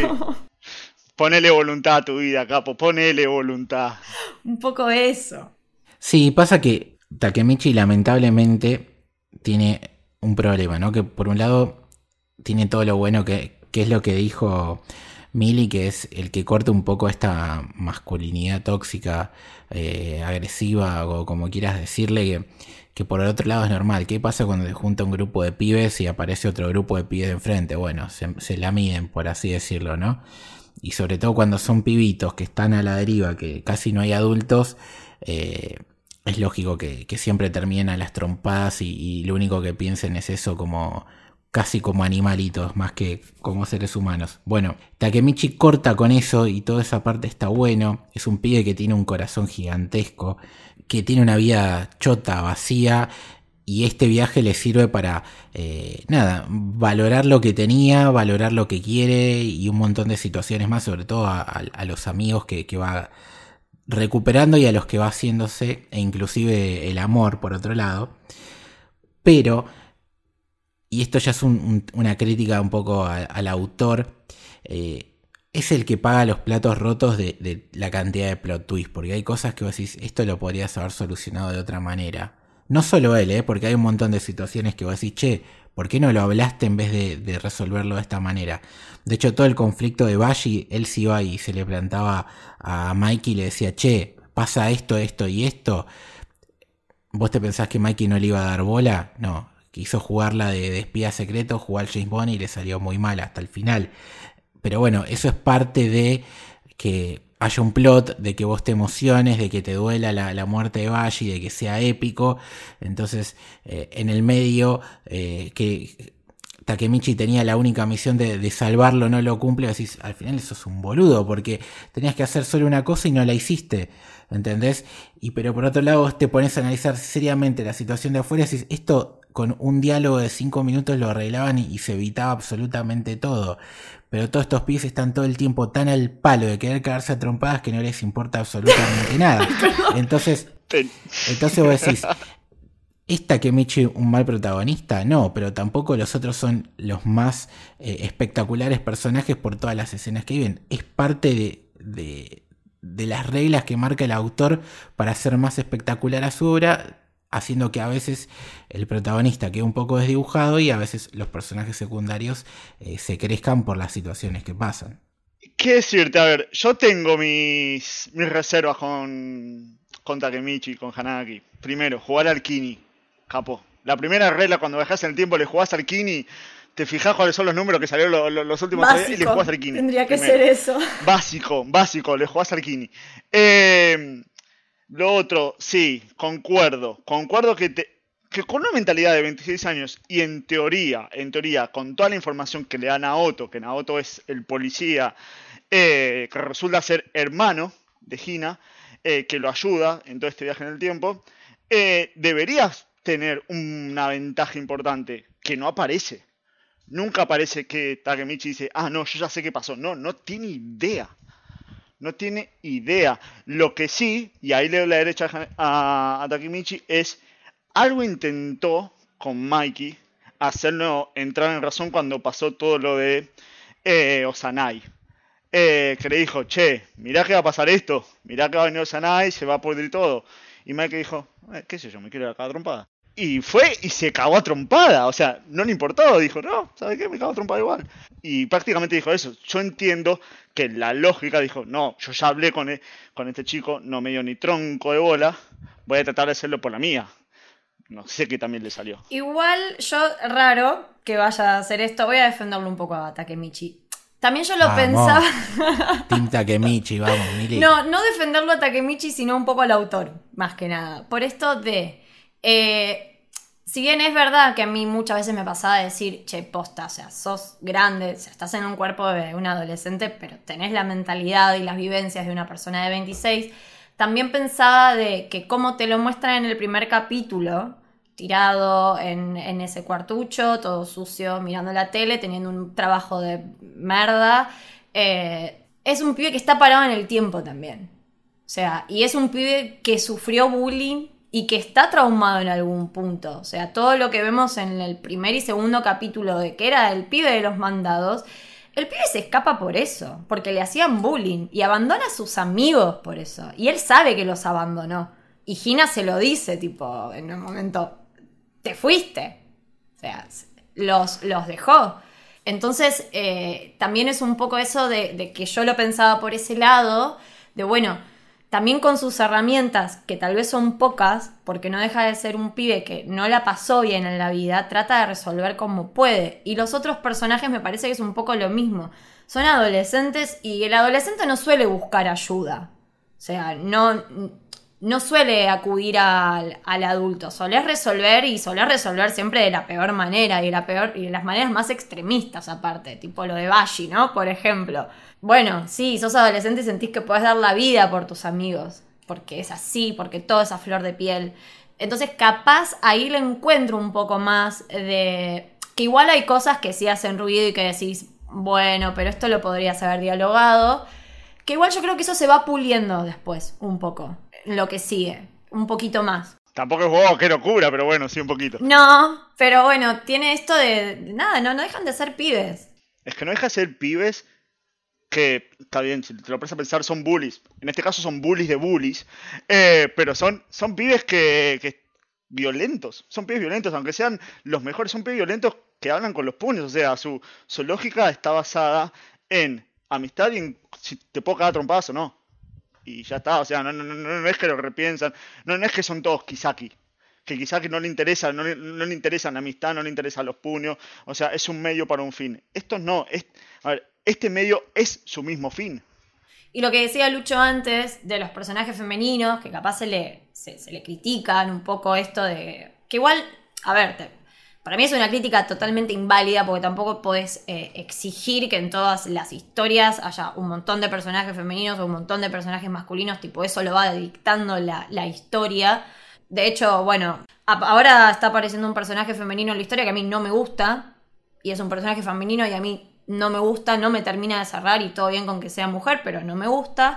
Ponele voluntad a tu vida, capo, ponele voluntad. Un poco eso. Sí, pasa que Takemichi lamentablemente tiene un problema, ¿no? Que por un lado tiene todo lo bueno que, que es lo que dijo Mili, que es el que corta un poco esta masculinidad tóxica, eh, agresiva o como quieras decirle, que, que por el otro lado es normal. ¿Qué pasa cuando se junta un grupo de pibes y aparece otro grupo de pibes de enfrente? Bueno, se, se la miden, por así decirlo, ¿no? Y sobre todo cuando son pibitos que están a la deriva, que casi no hay adultos, eh, es lógico que, que siempre terminen a las trompadas y, y lo único que piensen es eso, como casi como animalitos, más que como seres humanos. Bueno, Takemichi corta con eso y toda esa parte está bueno. Es un pibe que tiene un corazón gigantesco, que tiene una vida chota, vacía, y este viaje le sirve para, eh, nada, valorar lo que tenía, valorar lo que quiere y un montón de situaciones más, sobre todo a, a, a los amigos que, que va recuperando y a los que va haciéndose, e inclusive el amor, por otro lado. Pero, y esto ya es un, un, una crítica un poco a, al autor, eh, es el que paga los platos rotos de, de la cantidad de plot twists, porque hay cosas que vos decís, esto lo podrías haber solucionado de otra manera. No solo él, ¿eh? Porque hay un montón de situaciones que vos decís, che, ¿por qué no lo hablaste en vez de, de resolverlo de esta manera? De hecho, todo el conflicto de Bashi, él se iba y se le plantaba a Mikey y le decía, che, pasa esto, esto y esto. ¿Vos te pensás que Mikey no le iba a dar bola? No, quiso jugarla de, de espía secreto, jugar James Bond y le salió muy mal hasta el final. Pero bueno, eso es parte de que haya un plot, de que vos te emociones, de que te duela la, la muerte de Bashi, de que sea épico. Entonces, eh, en el medio, eh, que Takemichi tenía la única misión de, de salvarlo, no lo cumple, decís, al final eso es un boludo, porque tenías que hacer solo una cosa y no la hiciste, ¿entendés? Y pero por otro lado vos te pones a analizar seriamente la situación de afuera y decís, esto con un diálogo de cinco minutos lo arreglaban y, y se evitaba absolutamente todo. Pero todos estos pibes están todo el tiempo tan al palo de querer cagarse a trompadas que no les importa absolutamente nada. Entonces, entonces vos decís, ¿es Takemichi un mal protagonista? No, pero tampoco los otros son los más eh, espectaculares personajes por todas las escenas que viven. Es parte de, de, de las reglas que marca el autor para hacer más espectacular a su obra, haciendo que a veces el protagonista quede un poco desdibujado y a veces los personajes secundarios eh, se crezcan por las situaciones que pasan. ¿Qué decirte? A ver, yo tengo mis, mis reservas con, con Takemichi, con Hanaki. Primero, jugar al Kini, capo. La primera regla cuando viajas en el tiempo le jugás al Kini, te fijás cuáles son los números que salieron lo, lo, los últimos Básico, días y le jugás al Kini. Tendría que primero. ser eso. Básico, básico, le jugás al Kini. Eh, lo otro, sí, concuerdo. Concuerdo que, te, que con una mentalidad de veintiséis años y en teoría, en teoría, con toda la información que le da Naoto, que Naoto es el policía eh, que resulta ser hermano de Hina, eh, que lo ayuda en todo este viaje en el tiempo, eh, deberías tener una ventaja importante que no aparece. Nunca aparece que Takemichi dice, ah, no, yo ya sé qué pasó. No, no tiene idea. No tiene idea. Lo que sí, y ahí le doy la derecha a, a Takemichi, es algo intentó con Mikey hacerlo entrar en razón cuando pasó todo lo de eh, Ozanai. Eh, que le dijo, che, mirá que va a pasar esto. Mirá que va a venir Ozanai, se va a pudrir todo. Y Mikey dijo, eh, qué sé yo, me quiero ir a cada trompada. Y fue y se cagó a trompada. O sea, no le importaba. Dijo, no, ¿sabes qué? Me cago a trompada igual. Y prácticamente dijo eso. Yo entiendo que la lógica dijo, no, yo ya hablé con, el, con este chico, no me dio ni tronco de bola. Voy a tratar de hacerlo por la mía. No sé qué también le salió. Igual yo, raro que vaya a hacer esto. Voy a defenderlo un poco a Takemichi. También yo lo Vamos. pensaba... Team Takemichi, vamos, Mili. No, no defenderlo a Takemichi, sino un poco al autor, más que nada. Por esto de... Eh, si bien es verdad que a mí muchas veces me pasaba de decir, che, posta, o sea, sos grande, o sea, estás en un cuerpo de un adolescente, pero tenés la mentalidad y las vivencias de una persona de veintiséis, también pensaba de que como te lo muestran en el primer capítulo, tirado en, en ese cuartucho, todo sucio, mirando la tele, teniendo un trabajo de merda, eh, es un pibe que está parado en el tiempo también. O sea, y es un pibe que sufrió bullying y que está traumado en algún punto. O sea, todo lo que vemos en el primer y segundo capítulo de que era el pibe de los mandados, el pibe se escapa por eso, porque le hacían bullying y abandona a sus amigos por eso. Y él sabe que los abandonó. Y Hina se lo dice, tipo, en un momento, te fuiste. O sea, los, los dejó. Entonces, eh, también es un poco eso de, de que yo lo pensaba por ese lado, de bueno... También con sus herramientas, que tal vez son pocas, porque no deja de ser un pibe que no la pasó bien en la vida, trata de resolver como puede. Y los otros personajes me parece que es un poco lo mismo. Son adolescentes y el adolescente no suele buscar ayuda. O sea, no, no suele acudir al, al adulto. Solés resolver y solés resolver siempre de la peor manera y, la peor, y de las maneras más extremistas aparte. Tipo lo de Bashi, ¿no? Por ejemplo. Bueno, sí, sos adolescente y sentís que podés dar la vida por tus amigos, porque es así, porque todo es a flor de piel. Entonces, capaz ahí le encuentro un poco más de... Que igual hay cosas que sí hacen ruido y que decís, bueno, pero esto lo podrías haber dialogado. Que igual yo creo que eso se va puliendo después, un poco, lo que sigue, un poquito más. Tampoco es, wow, qué locura, pero bueno, sí un poquito. No, pero bueno, tiene esto de... de nada, no, no dejan de ser pibes. Es que no deja de ser pibes... que está bien, si te lo pones a pensar, son bullies. En este caso son bullies de bullies. Eh, pero son, son pibes que, que violentos. Son pibes violentos, aunque sean los mejores, son pibes violentos que hablan con los puños. O sea, su, su lógica está basada en amistad y en si te puedo cagar trompadas o no. Y ya está, o sea, no, no, no, no es que lo repiensan. No, no es que son todos Kisaki. Que Kisaki no le interesa, no le, no le interesa la amistad, no le interesan los puños. O sea, es un medio para un fin. Estos no, es... A ver, este medio es su mismo fin. Y lo que decía Lucho antes de los personajes femeninos, que capaz se le, se, se le critican un poco esto de... Que igual, a ver, te, para mí es una crítica totalmente inválida porque tampoco podés eh, exigir que en todas las historias haya un montón de personajes femeninos o un montón de personajes masculinos, tipo eso lo va dictando la, la historia. De hecho, bueno, a, ahora está apareciendo un personaje femenino en la historia que a mí no me gusta, y es un personaje femenino y a mí no me gusta, no me termina de cerrar y todo bien con que sea mujer, pero no me gusta.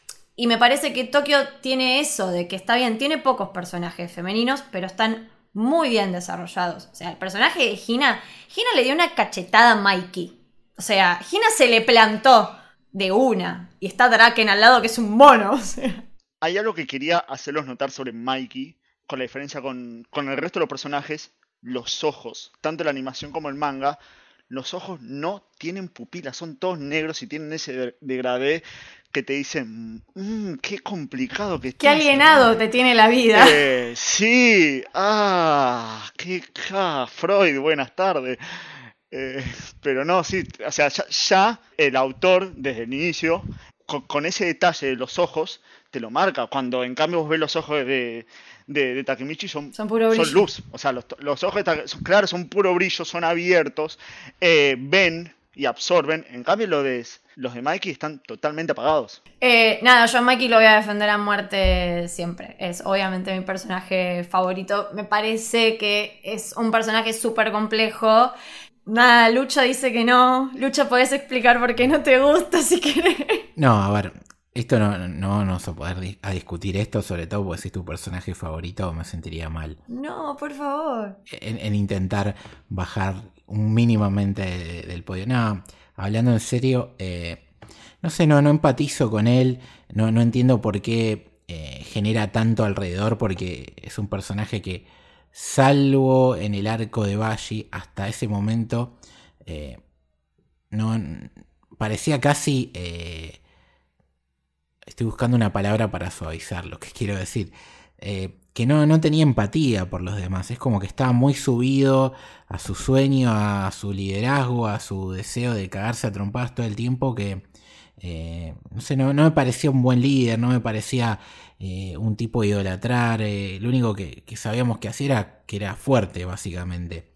Y me parece que Tokio tiene eso, de que está bien, tiene pocos personajes femeninos, pero están muy bien desarrollados. O sea, el personaje de Hina, Hina le dio una cachetada a Mikey. O sea, Hina se le plantó de una, y está Draken al lado que es un mono. O sea. Hay algo que quería hacerlos notar sobre Mikey con la diferencia con, con el resto de los personajes, los ojos, tanto la animación como el manga, los ojos no tienen pupilas, son todos negros y tienen ese de- degradé que te dicen, "Mm, qué complicado que Qué estás alienado acá". te tiene la vida. Eh, sí, ah, qué ah, Freud, buenas tardes. Eh, pero no, sí, o sea, ya, ya el autor desde el inicio, con, con ese detalle de los ojos, te lo marca. Cuando en cambio vos ves los ojos de, de, de Takemichi, son, Son puro son brillo. luz. O sea, los, los ojos de Take- son, claro, son puro brillo, son abiertos, eh, ven y absorben. En cambio, lo de, los de Mikey están totalmente apagados. Eh, nada, yo a Mikey lo voy a defender a muerte siempre. Es obviamente mi personaje favorito. Me parece que es un personaje súper complejo. Nada, Lucha dice que no. Lucha, podés explicar por qué no te gusta si querés. No, a ver, esto no, no, no vamos a poder di- a discutir esto, sobre todo porque si es tu personaje favorito me sentiría mal No, por favor. en, en intentar bajar un mínimamente de- del podio. No, hablando en serio, eh, no sé, no, no empatizo con él, no, no entiendo por qué eh, genera tanto alrededor, porque es un personaje que, salvo en el arco de Bashi, hasta ese momento, eh, no parecía casi... eh, estoy buscando una palabra para suavizar lo que quiero decir. Eh, que no, no tenía empatía por los demás. Es como que estaba muy subido a su sueño, a su liderazgo, a su deseo de cagarse a trompadas todo el tiempo. Que eh, no sé, no, no me parecía un buen líder, no me parecía eh, un tipo a idolatrar. Eh, lo único que, que sabíamos que hacía era que era fuerte, básicamente.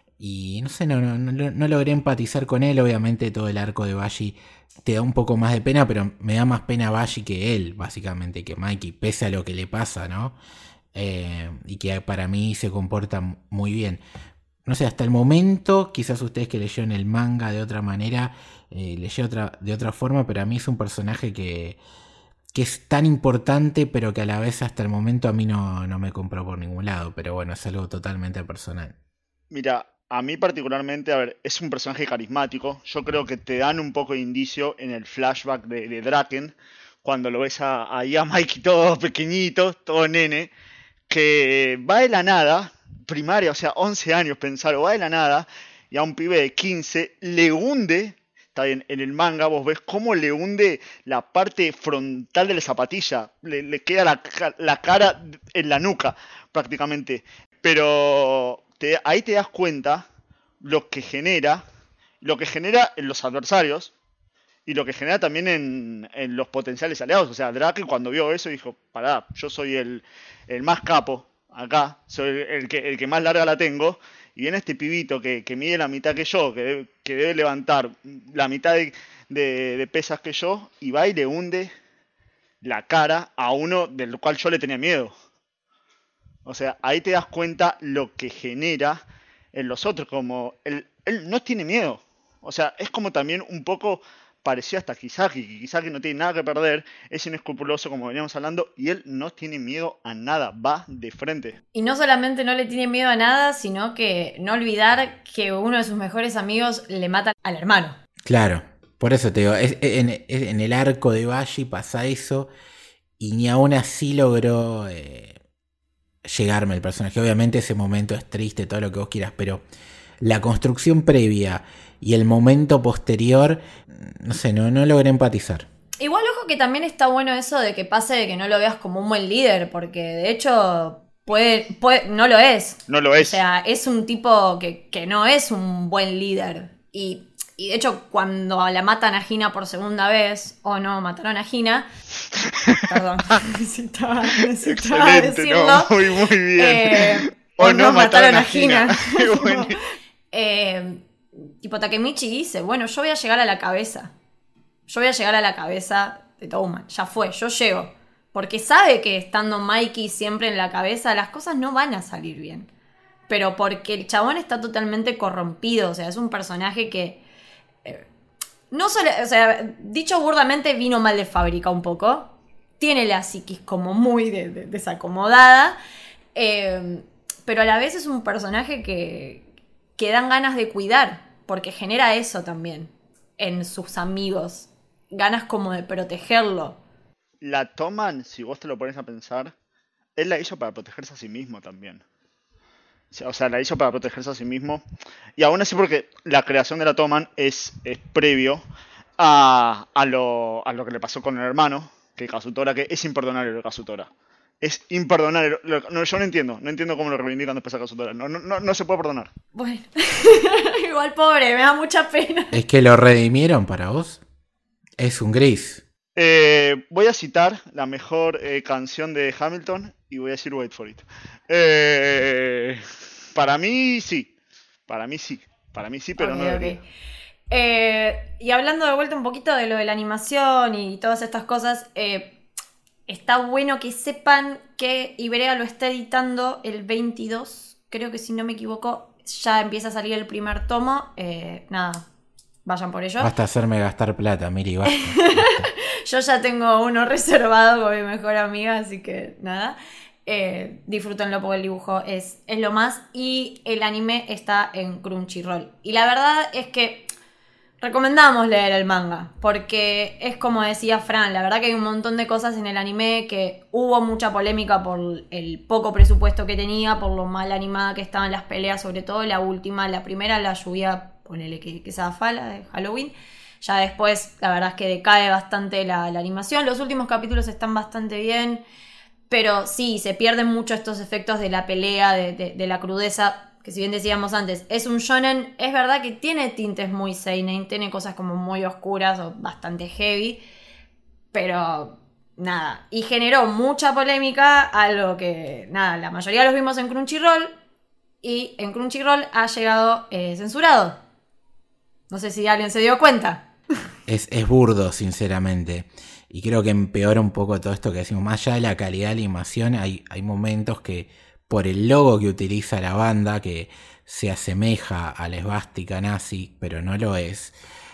Y no sé, no, no, no, no logré empatizar con él. Obviamente todo el arco de Bashi te da un poco más de pena, pero me da más pena Bashi que él, básicamente, que Mikey, pese a lo que le pasa, ¿no? Eh, y que para mí se comporta muy bien. No sé, hasta el momento, quizás ustedes que leyeron el manga de otra manera, eh, leyó otra, de otra forma, pero a mí es un personaje que, que es tan importante, pero que a la vez hasta el momento a mí no, no me compró por ningún lado. Pero bueno, es algo totalmente personal. Mira, a mí particularmente, a ver, es un personaje carismático. Yo creo que te dan un poco de indicio en el flashback de, de Draken, cuando lo ves a, ahí a Mikey todo pequeñito, todo nene, que va de la nada, primaria, o sea, once años, pensarlo, va de la nada, y a un pibe de quince le hunde, está bien, en el manga vos ves cómo le hunde la parte frontal de la zapatilla, le, le queda la, ca- la cara en la nuca, prácticamente. Pero te- ahí te das cuenta lo que genera, lo que genera en los adversarios, y lo que genera también en, en los potenciales aliados. O sea, Drake cuando vio eso dijo, pará, yo soy el, el más capo acá, soy el, el que, el que más larga la tengo, y viene este pibito que, que mide la mitad que yo, que debe, que debe levantar la mitad de, de- de pesas que yo, y va y le hunde la cara a uno del cual yo le tenía miedo. O sea, ahí te das cuenta lo que genera en los otros, como él, él no tiene miedo. O sea, es como también un poco parecido hasta Kisaki, que Kisaki no tiene nada que perder, es inescrupuloso como veníamos hablando, y él no tiene miedo a nada, va de frente. Y no solamente no le tiene miedo a nada, sino que no olvidar que uno de sus mejores amigos le mata al hermano. Claro, por eso te digo, es- en, en el arco de Bashi pasa eso, y ni aún así logró eh, llegarme el personaje. Obviamente ese momento es triste, todo lo que vos quieras, pero la construcción previa y el momento posterior, no sé, no, no logré empatizar. Igual, ojo que también está bueno eso de que pase de que no lo veas como un buen líder, porque de hecho puede, puede, no lo es. No lo O es. sea, es un tipo que, que no es un buen líder. Y, y de hecho, cuando la matan a Gina por segunda vez, o no, mataron a Gina. Perdón, necesitaba, necesitaba Excelente, decirlo. no, muy, muy bien. Eh, O o no, no, mataron mataron a a Gina. Gina. Bueno. Eh, tipo, Takemichi dice, bueno, yo voy a llegar a la cabeza. Yo voy a llegar a la cabeza de Touman. Ya fue, yo llego. Porque sabe que estando Mikey siempre en la cabeza, las cosas no van a salir bien. Pero porque el chabón está totalmente corrompido. O sea, es un personaje que... eh, no solo... O sea, dicho burdamente, vino mal de fábrica un poco. Tiene la psiquis como muy de- de- desacomodada. Eh, pero a la vez es un personaje que, que dan ganas de cuidar. Porque genera eso también en sus amigos. Ganas como de protegerlo. La toman, si vos te lo pones a pensar, él la hizo para protegerse a sí mismo también. O sea, la hizo para protegerse a sí mismo. Y aún así porque la creación de la Toman es, es previo a, a, lo, a lo que le pasó con el hermano, que Kazutora, que es imperdonable lo de Kazutora. Es imperdonable. Lo- no, yo no entiendo. No entiendo cómo lo reivindican después a Kazutora. No, no, no, no se puede perdonar. Bueno, igual pobre, me da mucha pena. ¿Es que lo redimieron para vos? Es un gris. Eh, voy a citar la mejor eh, canción de Hamilton y voy a decir Wait for It. Eh, para mí sí. Para mí sí. Para mí sí, pero Ok, no ok. debería. Eh, y hablando de vuelta un poquito de lo de la animación y todas estas cosas, eh, está bueno que sepan que Ibrea lo está editando el veintidós, creo que si no me equivoco, ya empieza a salir el primer tomo. Eh, nada, vayan por ello. Basta hacerme gastar plata, Miri, basta. Yo ya tengo uno reservado con mi mejor amiga, así que nada. Eh, disfrútenlo porque el dibujo es, es lo más. Y el anime está en Crunchyroll. Y la verdad es que recomendamos leer el manga, porque es como decía Fran, la verdad que hay un montón de cosas en el anime que hubo mucha polémica por el poco presupuesto que tenía, por lo mal animada que estaban las peleas, sobre todo la última, la primera, la lluvia, ponele que, que esa fala de Halloween. Ya después, la verdad es que decae bastante la, la animación. Los últimos capítulos están bastante bien, pero sí, se pierden mucho estos efectos de la pelea, de, de, de la crudeza, que si bien decíamos antes, es un shonen, es verdad que tiene tintes muy seinen, tiene cosas como muy oscuras o bastante heavy, pero nada, y generó mucha polémica, algo que, nada, la mayoría los vimos en Crunchyroll, y en Crunchyroll ha llegado eh, censurado. No sé si alguien se dio cuenta. Es, es burdo, sinceramente. Y creo que empeora un poco todo esto que decimos. Más allá de la calidad de la animación, hay, hay momentos que, por el logo que utiliza la banda, que se asemeja a la esvástica nazi, pero no lo es,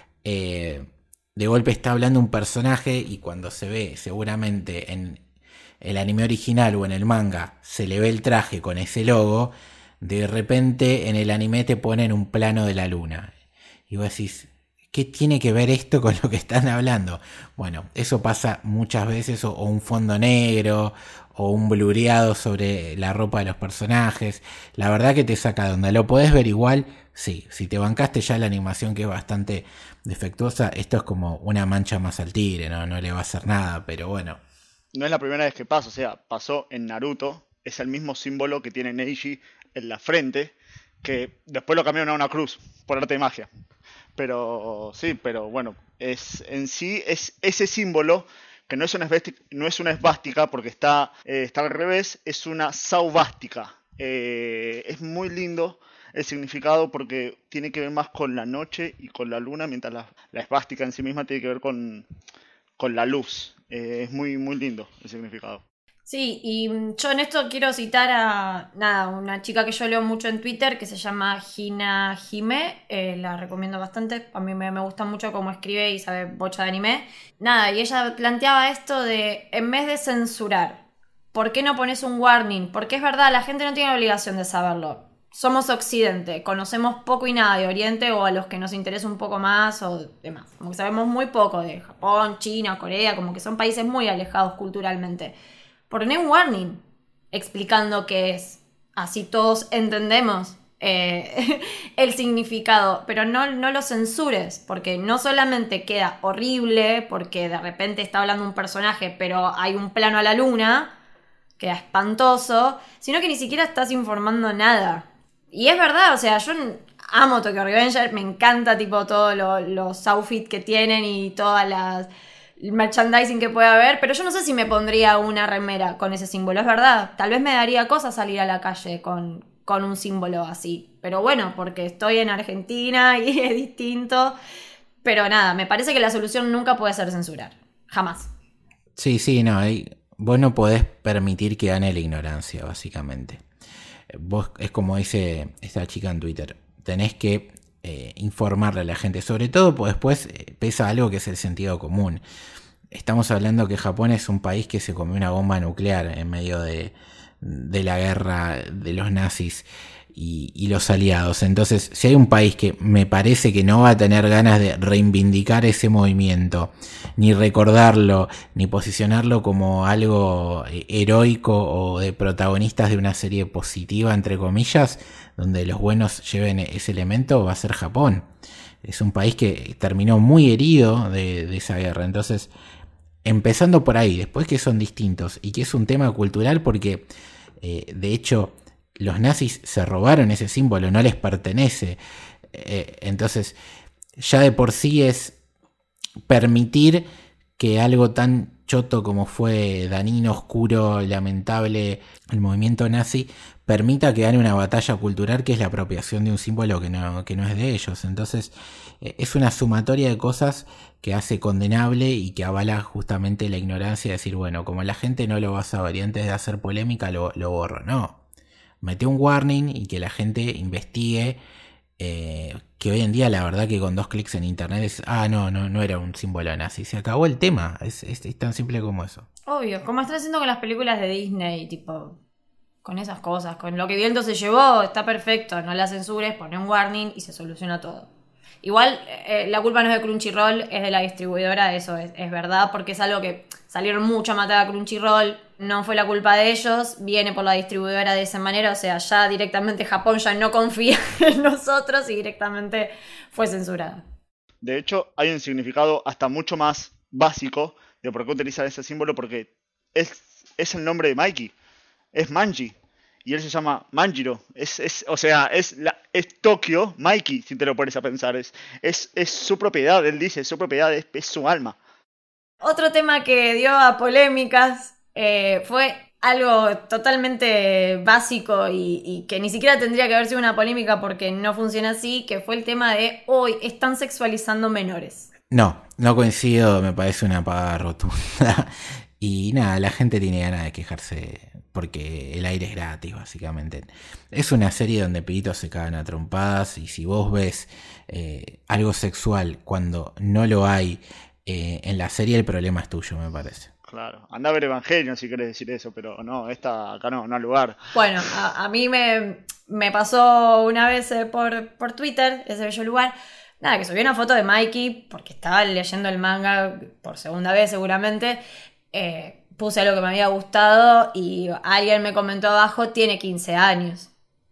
eh, de golpe está hablando un personaje y cuando se ve, seguramente en el anime original o en el manga, se le ve el traje con ese logo, de repente en el anime te ponen un plano de la luna. Y vos decís, ¿qué tiene que ver esto con lo que están hablando? Bueno, eso pasa muchas veces, o, o un fondo negro, o un blureado sobre la ropa de los personajes. La verdad que te saca de onda. ¿Lo podés ver igual? Sí. Si te bancaste ya la animación, que es bastante defectuosa, esto es como una mancha más al tigre, ¿no? No le va a hacer nada, pero bueno. No es la primera vez que pasa, o sea, pasó en Naruto, es el mismo símbolo que tiene Neji en la frente, que después lo cambiaron a una cruz, por arte de magia. Pero sí, pero bueno, es en sí es ese símbolo que no es una esvástica, no es una esvástica porque está, eh, está al revés, es una saubástica. Eh, es muy lindo el significado porque tiene que ver más con la noche y con la luna, mientras la, la esvástica en sí misma tiene que ver con, con la luz. Eh, es muy, muy lindo el significado. Sí, y mm, yo en esto quiero citar a nada, una chica que yo leo mucho en Twitter que se llama Hina Hime, eh, la recomiendo bastante, a mí me, me gusta mucho cómo escribe y sabe bocha de anime. Nada, y ella planteaba esto de, en vez de censurar, ¿por qué no pones un warning? Porque es verdad, la gente no tiene la obligación de saberlo. Somos Occidente, conocemos poco y nada de Oriente o a los que nos interesa un poco más o demás. Como que sabemos muy poco de Japón, China, Corea, como que son países muy alejados culturalmente. Poner un warning explicando qué es. Así todos entendemos eh, el significado. Pero no, no lo censures, porque no solamente queda horrible, porque de repente está hablando un personaje, pero hay un plano a la luna, queda espantoso, sino que ni siquiera estás informando nada. Y es verdad, o sea, yo amo Tokyo Revenger, me encanta tipo todos lo, los outfits que tienen y todas las... el merchandising que puede haber, pero yo no sé si me pondría una remera con ese símbolo, es verdad, tal vez me daría cosa salir a la calle con, con un símbolo así, pero bueno, porque estoy en Argentina y es distinto, pero nada, me parece que la solución nunca puede ser censurar, jamás. Sí, sí, no, hay, vos no podés permitir que gane la ignorancia, básicamente. Vos, es como dice esta chica en Twitter, tenés que eh, informarle a la gente, sobre todo pues después eh, pesa algo que es el sentido común. Estamos hablando que Japón es un país que se comió una bomba nuclear en medio de, de la guerra de los nazis, y, y los aliados. Entonces, si hay un país que me parece que no va a tener ganas de reivindicar ese movimiento, ni recordarlo, ni posicionarlo como algo heroico o de protagonistas de una serie positiva, entre comillas, donde los buenos lleven ese elemento, va a ser Japón. Es un país que terminó muy herido de, de esa guerra. Entonces, empezando por ahí, después que son distintos y que es un tema cultural porque, eh, de hecho, los nazis se robaron ese símbolo, no les pertenece. Eh, entonces, ya de por sí es permitir que algo tan choto como fue dañino, oscuro, lamentable, el movimiento nazi, permita que gane una batalla cultural que es la apropiación de un símbolo que no, que no es de ellos. Entonces, eh, es una sumatoria de cosas que hace condenable y que avala justamente la ignorancia de decir, bueno, como la gente no lo va a saber y antes de hacer polémica lo, lo borro. No. Mete un warning y que la gente investigue, eh, que hoy en día la verdad que con dos clics en internet es, ah, no, no, no era un símbolo nazi, se acabó el tema, es, es, es tan simple como eso. Obvio, como están haciendo con las películas de Disney, tipo, con esas cosas, con lo que viento se llevó, está perfecto, no la censures, pone un warning y se soluciona todo. Igual, eh, la culpa no es de Crunchyroll, es de la distribuidora, eso es, es verdad, porque es algo que salieron mucho a matar a Crunchyroll, no fue la culpa de ellos, viene por la distribuidora de esa manera, o sea, ya directamente Japón ya no confía en nosotros y directamente fue censurada. De hecho, hay un significado hasta mucho más básico de por qué utilizar ese símbolo, porque es, es el nombre de Mikey, es Manji. Y él se llama Manjiro. Es, es, o sea, es, la, es Tokio Mikey, si te lo pones a pensar. Es, es, es su propiedad, él dice, es su propiedad, es, es su alma. Otro tema que dio a polémicas eh, fue algo totalmente básico y, y que ni siquiera tendría que haber sido una polémica porque no funciona así, que fue el tema de hoy están sexualizando menores. No, no coincido, me parece una paga rotunda. Y nada, la gente tiene ganas de quejarse porque el aire es gratis, básicamente. Es una serie donde pibitos se cagan a trompadas y si vos ves eh, algo sexual cuando no lo hay eh, en la serie, el problema es tuyo, me parece. Claro, anda a ver Evangelion si querés decir eso, pero no, esta acá no, no hay lugar. Bueno, a, a mí me, me pasó una vez eh, por, por Twitter, ese bello lugar, nada, que subí una foto de Mikey, porque estaba leyendo el manga por segunda vez seguramente, eh, puse algo que me había gustado y alguien me comentó abajo, tiene quince años.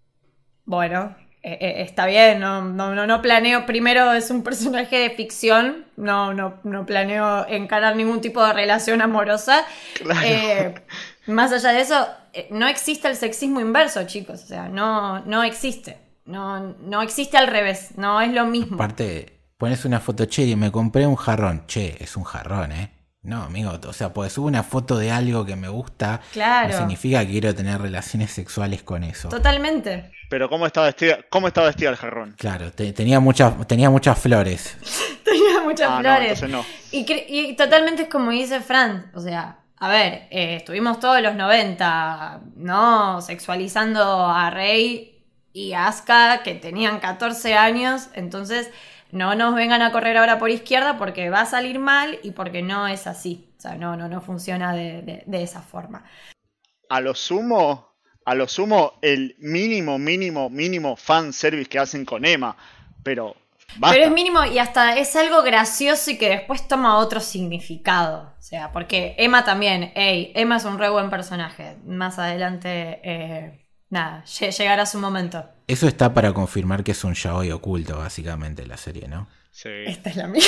Bueno, eh, eh, está bien, no, no, no, no planeo, primero es un personaje de ficción, no, no, no planeo encarar ningún tipo de relación amorosa. Claro. Eh, más allá de eso, eh, no existe el sexismo inverso, chicos, o sea, no, no existe, no, no existe al revés, no es lo mismo. Aparte, pones una foto, che, y me compré un jarrón, che, es un jarrón, ¿eh? No, amigo, o sea, pues subo una foto de algo que me gusta, claro, no significa que quiero tener relaciones sexuales con eso. Totalmente. Pero ¿cómo está vestida, cómo está vestida el jarrón? Claro, te, tenía muchas tenía muchas flores. Tenía muchas Ah, no, flores. entonces no. Y, cre- y totalmente es como dice Fran, o sea, a ver, eh, estuvimos todos los noventa, ¿no? Sexualizando a Rey y a Asuka, que tenían catorce años, entonces no nos vengan a correr ahora por izquierda porque va a salir mal y porque no es así. O sea, no, no, no funciona de, de, de esa forma. A lo sumo, a lo sumo, el mínimo, mínimo, mínimo fan service que hacen con Emma. Pero basta. Pero es mínimo y hasta es algo gracioso y que después toma otro significado. O sea, porque Emma también, ey, Emma es un re buen personaje. Más adelante, eh, nada, lle- llegará su momento. Eso está para confirmar que es un yaoi oculto, básicamente, la serie, ¿no? Sí, Esta es la mía.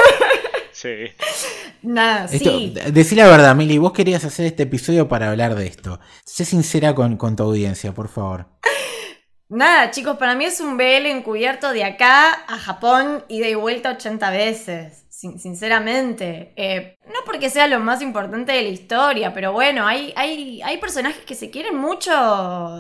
sí. Nada, Esto, sí. decí la verdad, Mili, vos querías hacer este episodio para hablar de esto. Sé sincera con, con tu audiencia, por favor. Nada, chicos, para mí es un B L encubierto de acá a Japón y de vuelta ochenta veces. Sin- sinceramente. Eh, no porque sea lo más importante de la historia, pero bueno, hay, hay, hay personajes que se quieren mucho.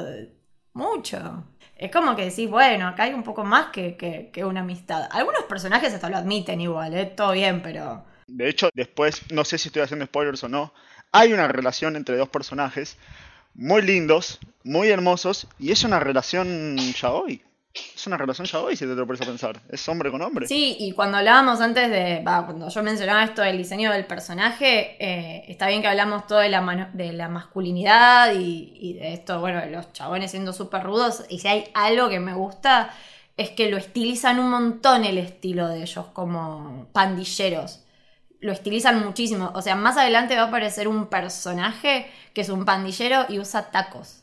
Mucho. Es como que decís, bueno, acá hay un poco más que, que, que una amistad. Algunos personajes hasta lo admiten igual, ¿eh? Todo bien, pero... De hecho, después, no sé si estoy haciendo spoilers o no, hay una relación entre dos personajes muy lindos, muy hermosos, y es una relación yaoi. Es una relación ya hoy, si te lo pones a pensar. Es hombre con hombre. Sí, y cuando hablábamos antes de, va, cuando yo mencionaba esto del diseño del personaje, eh, está bien que hablamos todo de la, mano, de la masculinidad y, y de esto, bueno, de los chabones siendo súper rudos, y si hay algo que me gusta es que lo estilizan un montón el estilo de ellos como pandilleros. Lo estilizan muchísimo. O sea, más adelante va a aparecer un personaje que es un pandillero y usa tacos.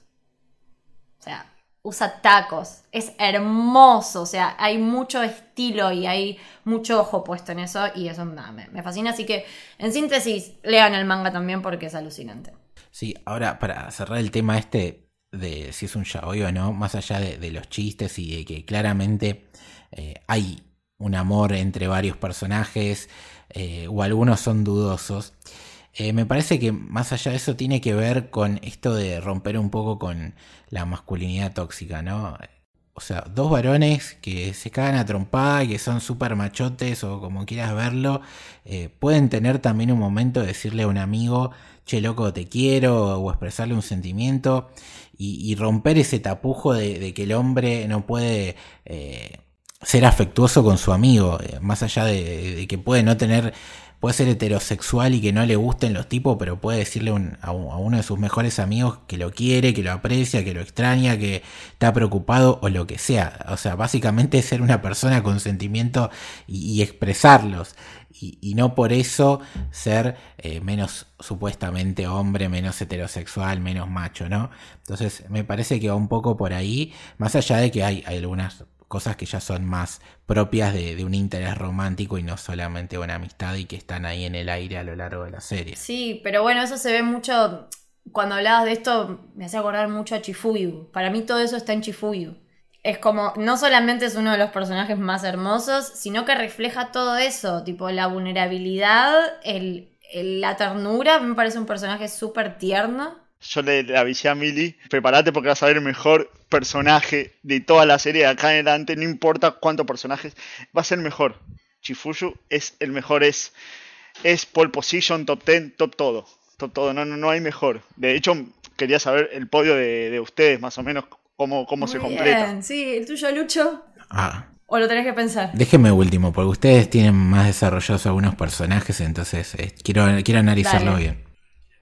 O sea, usa tacos. Es hermoso. O sea, hay mucho estilo y hay mucho ojo puesto en eso. Y eso nah, me, me fascina. Así que, en síntesis, lean el manga también porque es alucinante. Sí, ahora para cerrar el tema este de si es un yaoi o no, más allá de, de los chistes y de que claramente eh, hay un amor entre varios personajes, eh, o algunos son dudosos, eh, me parece que más allá de eso tiene que ver con esto de romper un poco con la masculinidad tóxica, ¿no? O sea, dos varones que se cagan a trompada y que son súper machotes o como quieras verlo, eh, pueden tener también un momento de decirle a un amigo, che loco te quiero, o expresarle un sentimiento y, y romper ese tapujo de, de que el hombre no puede eh, ser afectuoso con su amigo, eh, más allá de, de que puede no tener... Puede ser heterosexual y que no le gusten los tipos, pero puede decirle un, a, un, a uno de sus mejores amigos que lo quiere, que lo aprecia, que lo extraña, que está preocupado o lo que sea. O sea, básicamente ser una persona con sentimiento y, y expresarlos. Y, y no por eso ser eh, menos supuestamente hombre, menos heterosexual, menos macho, ¿no? Entonces me parece que va un poco por ahí, más allá de que hay, hay algunas cosas que ya son más propias de, de un interés romántico y no solamente una amistad y que están ahí en el aire a lo largo de la serie. Sí, pero bueno, eso se ve mucho. Cuando hablabas de esto, me hacía acordar mucho a Chifuyu. Para mí todo eso está en Chifuyu. Es como, no solamente es uno de los personajes más hermosos, sino que refleja todo eso, tipo la vulnerabilidad, el, el, la ternura. Me parece un personaje súper tierno. Yo le, le avisé a Mili, prepárate porque vas a ver el mejor personaje de toda la serie de acá en adelante, no importa cuántos personajes, va a ser el mejor. Chifuyu es el mejor, es, es pole position, top ten, top todo, top todo, no, no, no hay mejor. De hecho, quería saber el podio de, de ustedes, más o menos, cómo, cómo se Muy completa. Bien. Sí, el tuyo, Lucho. Ah. ¿O lo tenés que pensar? Déjenme último, porque ustedes tienen más desarrollados algunos personajes, entonces eh, quiero, quiero analizarlo Dale. bien.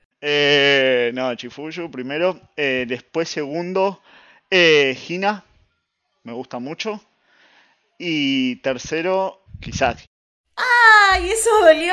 Eh, no, Chifuyu primero, eh, después segundo, eh, Hina, me gusta mucho, y tercero, Kisaki. ¡Ay, eso dolió!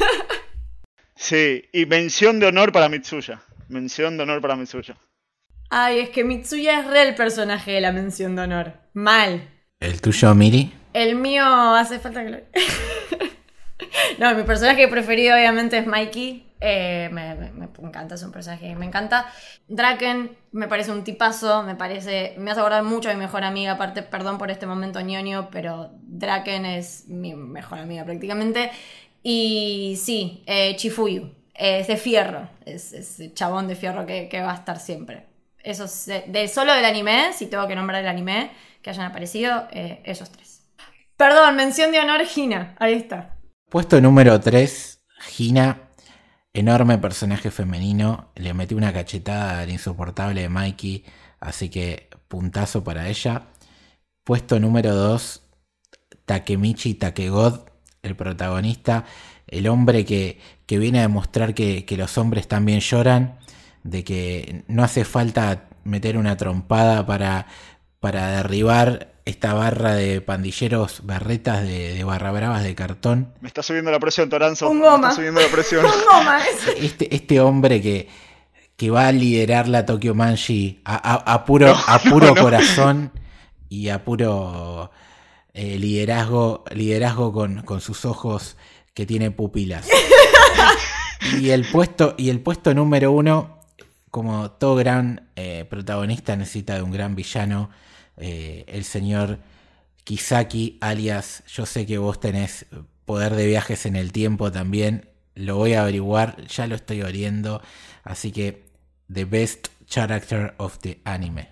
Sí, y mención de honor para Mitsuya, mención de honor para Mitsuya. Ay, es que Mitsuya es re el personaje de la mención de honor. Mal. ¿El tuyo, Miri? El mío hace falta que lo... No, mi personaje preferido obviamente es Mikey. Eh, me, me, me encanta, es un personaje que me encanta. Draken me parece un tipazo, me parece, me hace acordar mucho a mi mejor amiga, aparte, perdón por este momento ñoño, pero Draken es mi mejor amiga prácticamente. Y sí, eh, Chifuyu, eh, es de fierro, es, es el chabón de fierro que, que va a estar siempre. Eso es de, de solo del anime, si tengo que nombrar el anime que hayan aparecido, eh, esos tres. Perdón, mención de honor Hina, ahí está. Puesto número tres, Hina. Enorme personaje femenino, le metí una cachetada al insoportable de Mikey, así que puntazo para ella. Puesto número dos, Takemichi Takegod, el protagonista, el hombre que, que viene a demostrar que, que los hombres también lloran, de que no hace falta meter una trompada para, para derribar esta barra de pandilleros berretas de, de barra bravas de cartón. Me está subiendo la presión, Toranzo. Un goma. Me está subiendo la presión. Un goma ese. Este, este hombre que, que va a liderar la Tokyo Manji a, a, a puro, No, a puro no, no. corazón y a puro eh, liderazgo, liderazgo con, con sus ojos que tiene pupilas. Y el puesto, y el puesto número uno, como todo gran eh, protagonista necesita de un gran villano, eh, el señor Kisaki, alias yo sé que vos tenés poder de viajes en el tiempo también, lo voy a averiguar, ya lo estoy oliendo, así que the best character of the anime.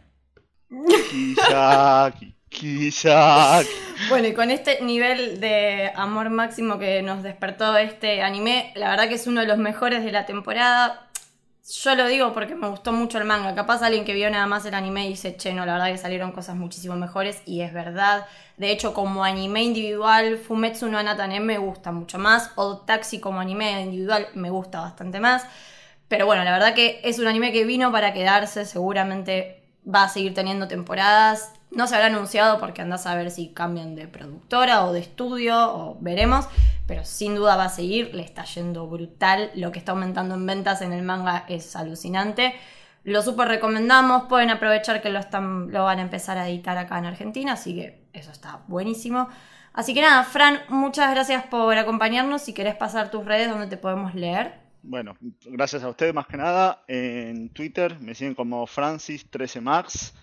Kisaki, Kisaki. Bueno, y con este nivel de amor máximo que nos despertó este anime, la verdad que es uno de los mejores de la temporada. Yo lo digo porque me gustó mucho el manga. Capaz alguien que vio nada más el anime y dice, che, no, la verdad que salieron cosas muchísimo mejores. Y es verdad. De hecho, como anime individual, Fumetsu no Anatane me gusta mucho más. Odd Taxi como anime individual me gusta bastante más. Pero bueno, la verdad que es un anime que vino para quedarse. Seguramente va a seguir teniendo temporadas. No se habrá anunciado porque andás a ver si cambian de productora o de estudio, o veremos. Pero sin duda va a seguir, le está yendo brutal. Lo que está aumentando en ventas en el manga es alucinante. Lo súper recomendamos, pueden aprovechar que lo, están, lo van a empezar a editar acá en Argentina, así que eso está buenísimo. Así que nada, Fran, muchas gracias por acompañarnos. Si querés pasar tus redes donde te podemos leer. Bueno, gracias a ustedes más que nada. En Twitter me siguen como Francis trece Max.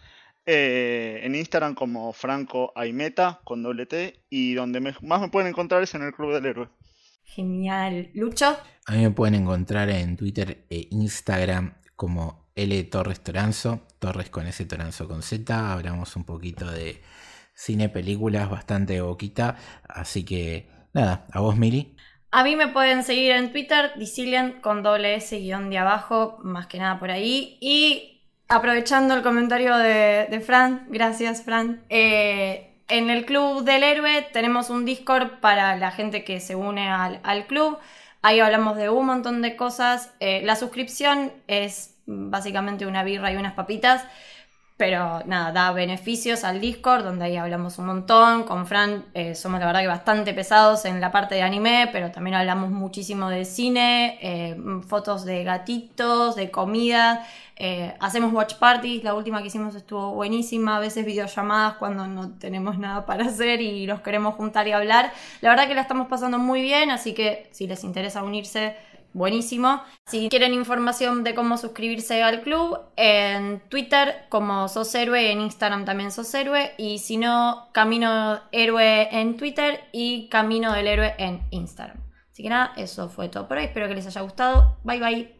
Eh, en Instagram como Franco Aimeta con doble T, y donde me, más me pueden encontrar es en el Club del Héroe. Genial. ¿Lucho? A mí me pueden encontrar en Twitter e Instagram como L Torres Toranzo, Torres con S, Toranzo con Z. Hablamos un poquito de cine, películas, bastante boquita, así que nada, a vos, Miri. A mí me pueden seguir en Twitter, Dicilian con doble S guión de abajo, más que nada por ahí. Y aprovechando el comentario de, de Fran, gracias Fran, eh, en el Club del Héroe tenemos un Discord para la gente que se une al, al club. Ahí hablamos de un montón de cosas. Eh, la suscripción es básicamente una birra y unas papitas, pero nada, da beneficios al Discord, donde ahí hablamos un montón. Con Fran eh, somos la verdad que bastante pesados en la parte de anime, pero también hablamos muchísimo de cine, eh, fotos de gatitos, de comida. Eh, hacemos watch parties, la última que hicimos estuvo buenísima. A veces videollamadas cuando no tenemos nada para hacer y nos queremos juntar y hablar. La verdad que la estamos pasando muy bien, así que si les interesa unirse, buenísimo. Si quieren información de cómo suscribirse al club, en Twitter como SosHéroe, en Instagram también SosHéroe, y si no, Camino Héroe en Twitter y Camino del Héroe en Instagram. Así que nada, eso fue todo por hoy. Espero que les haya gustado. Bye bye.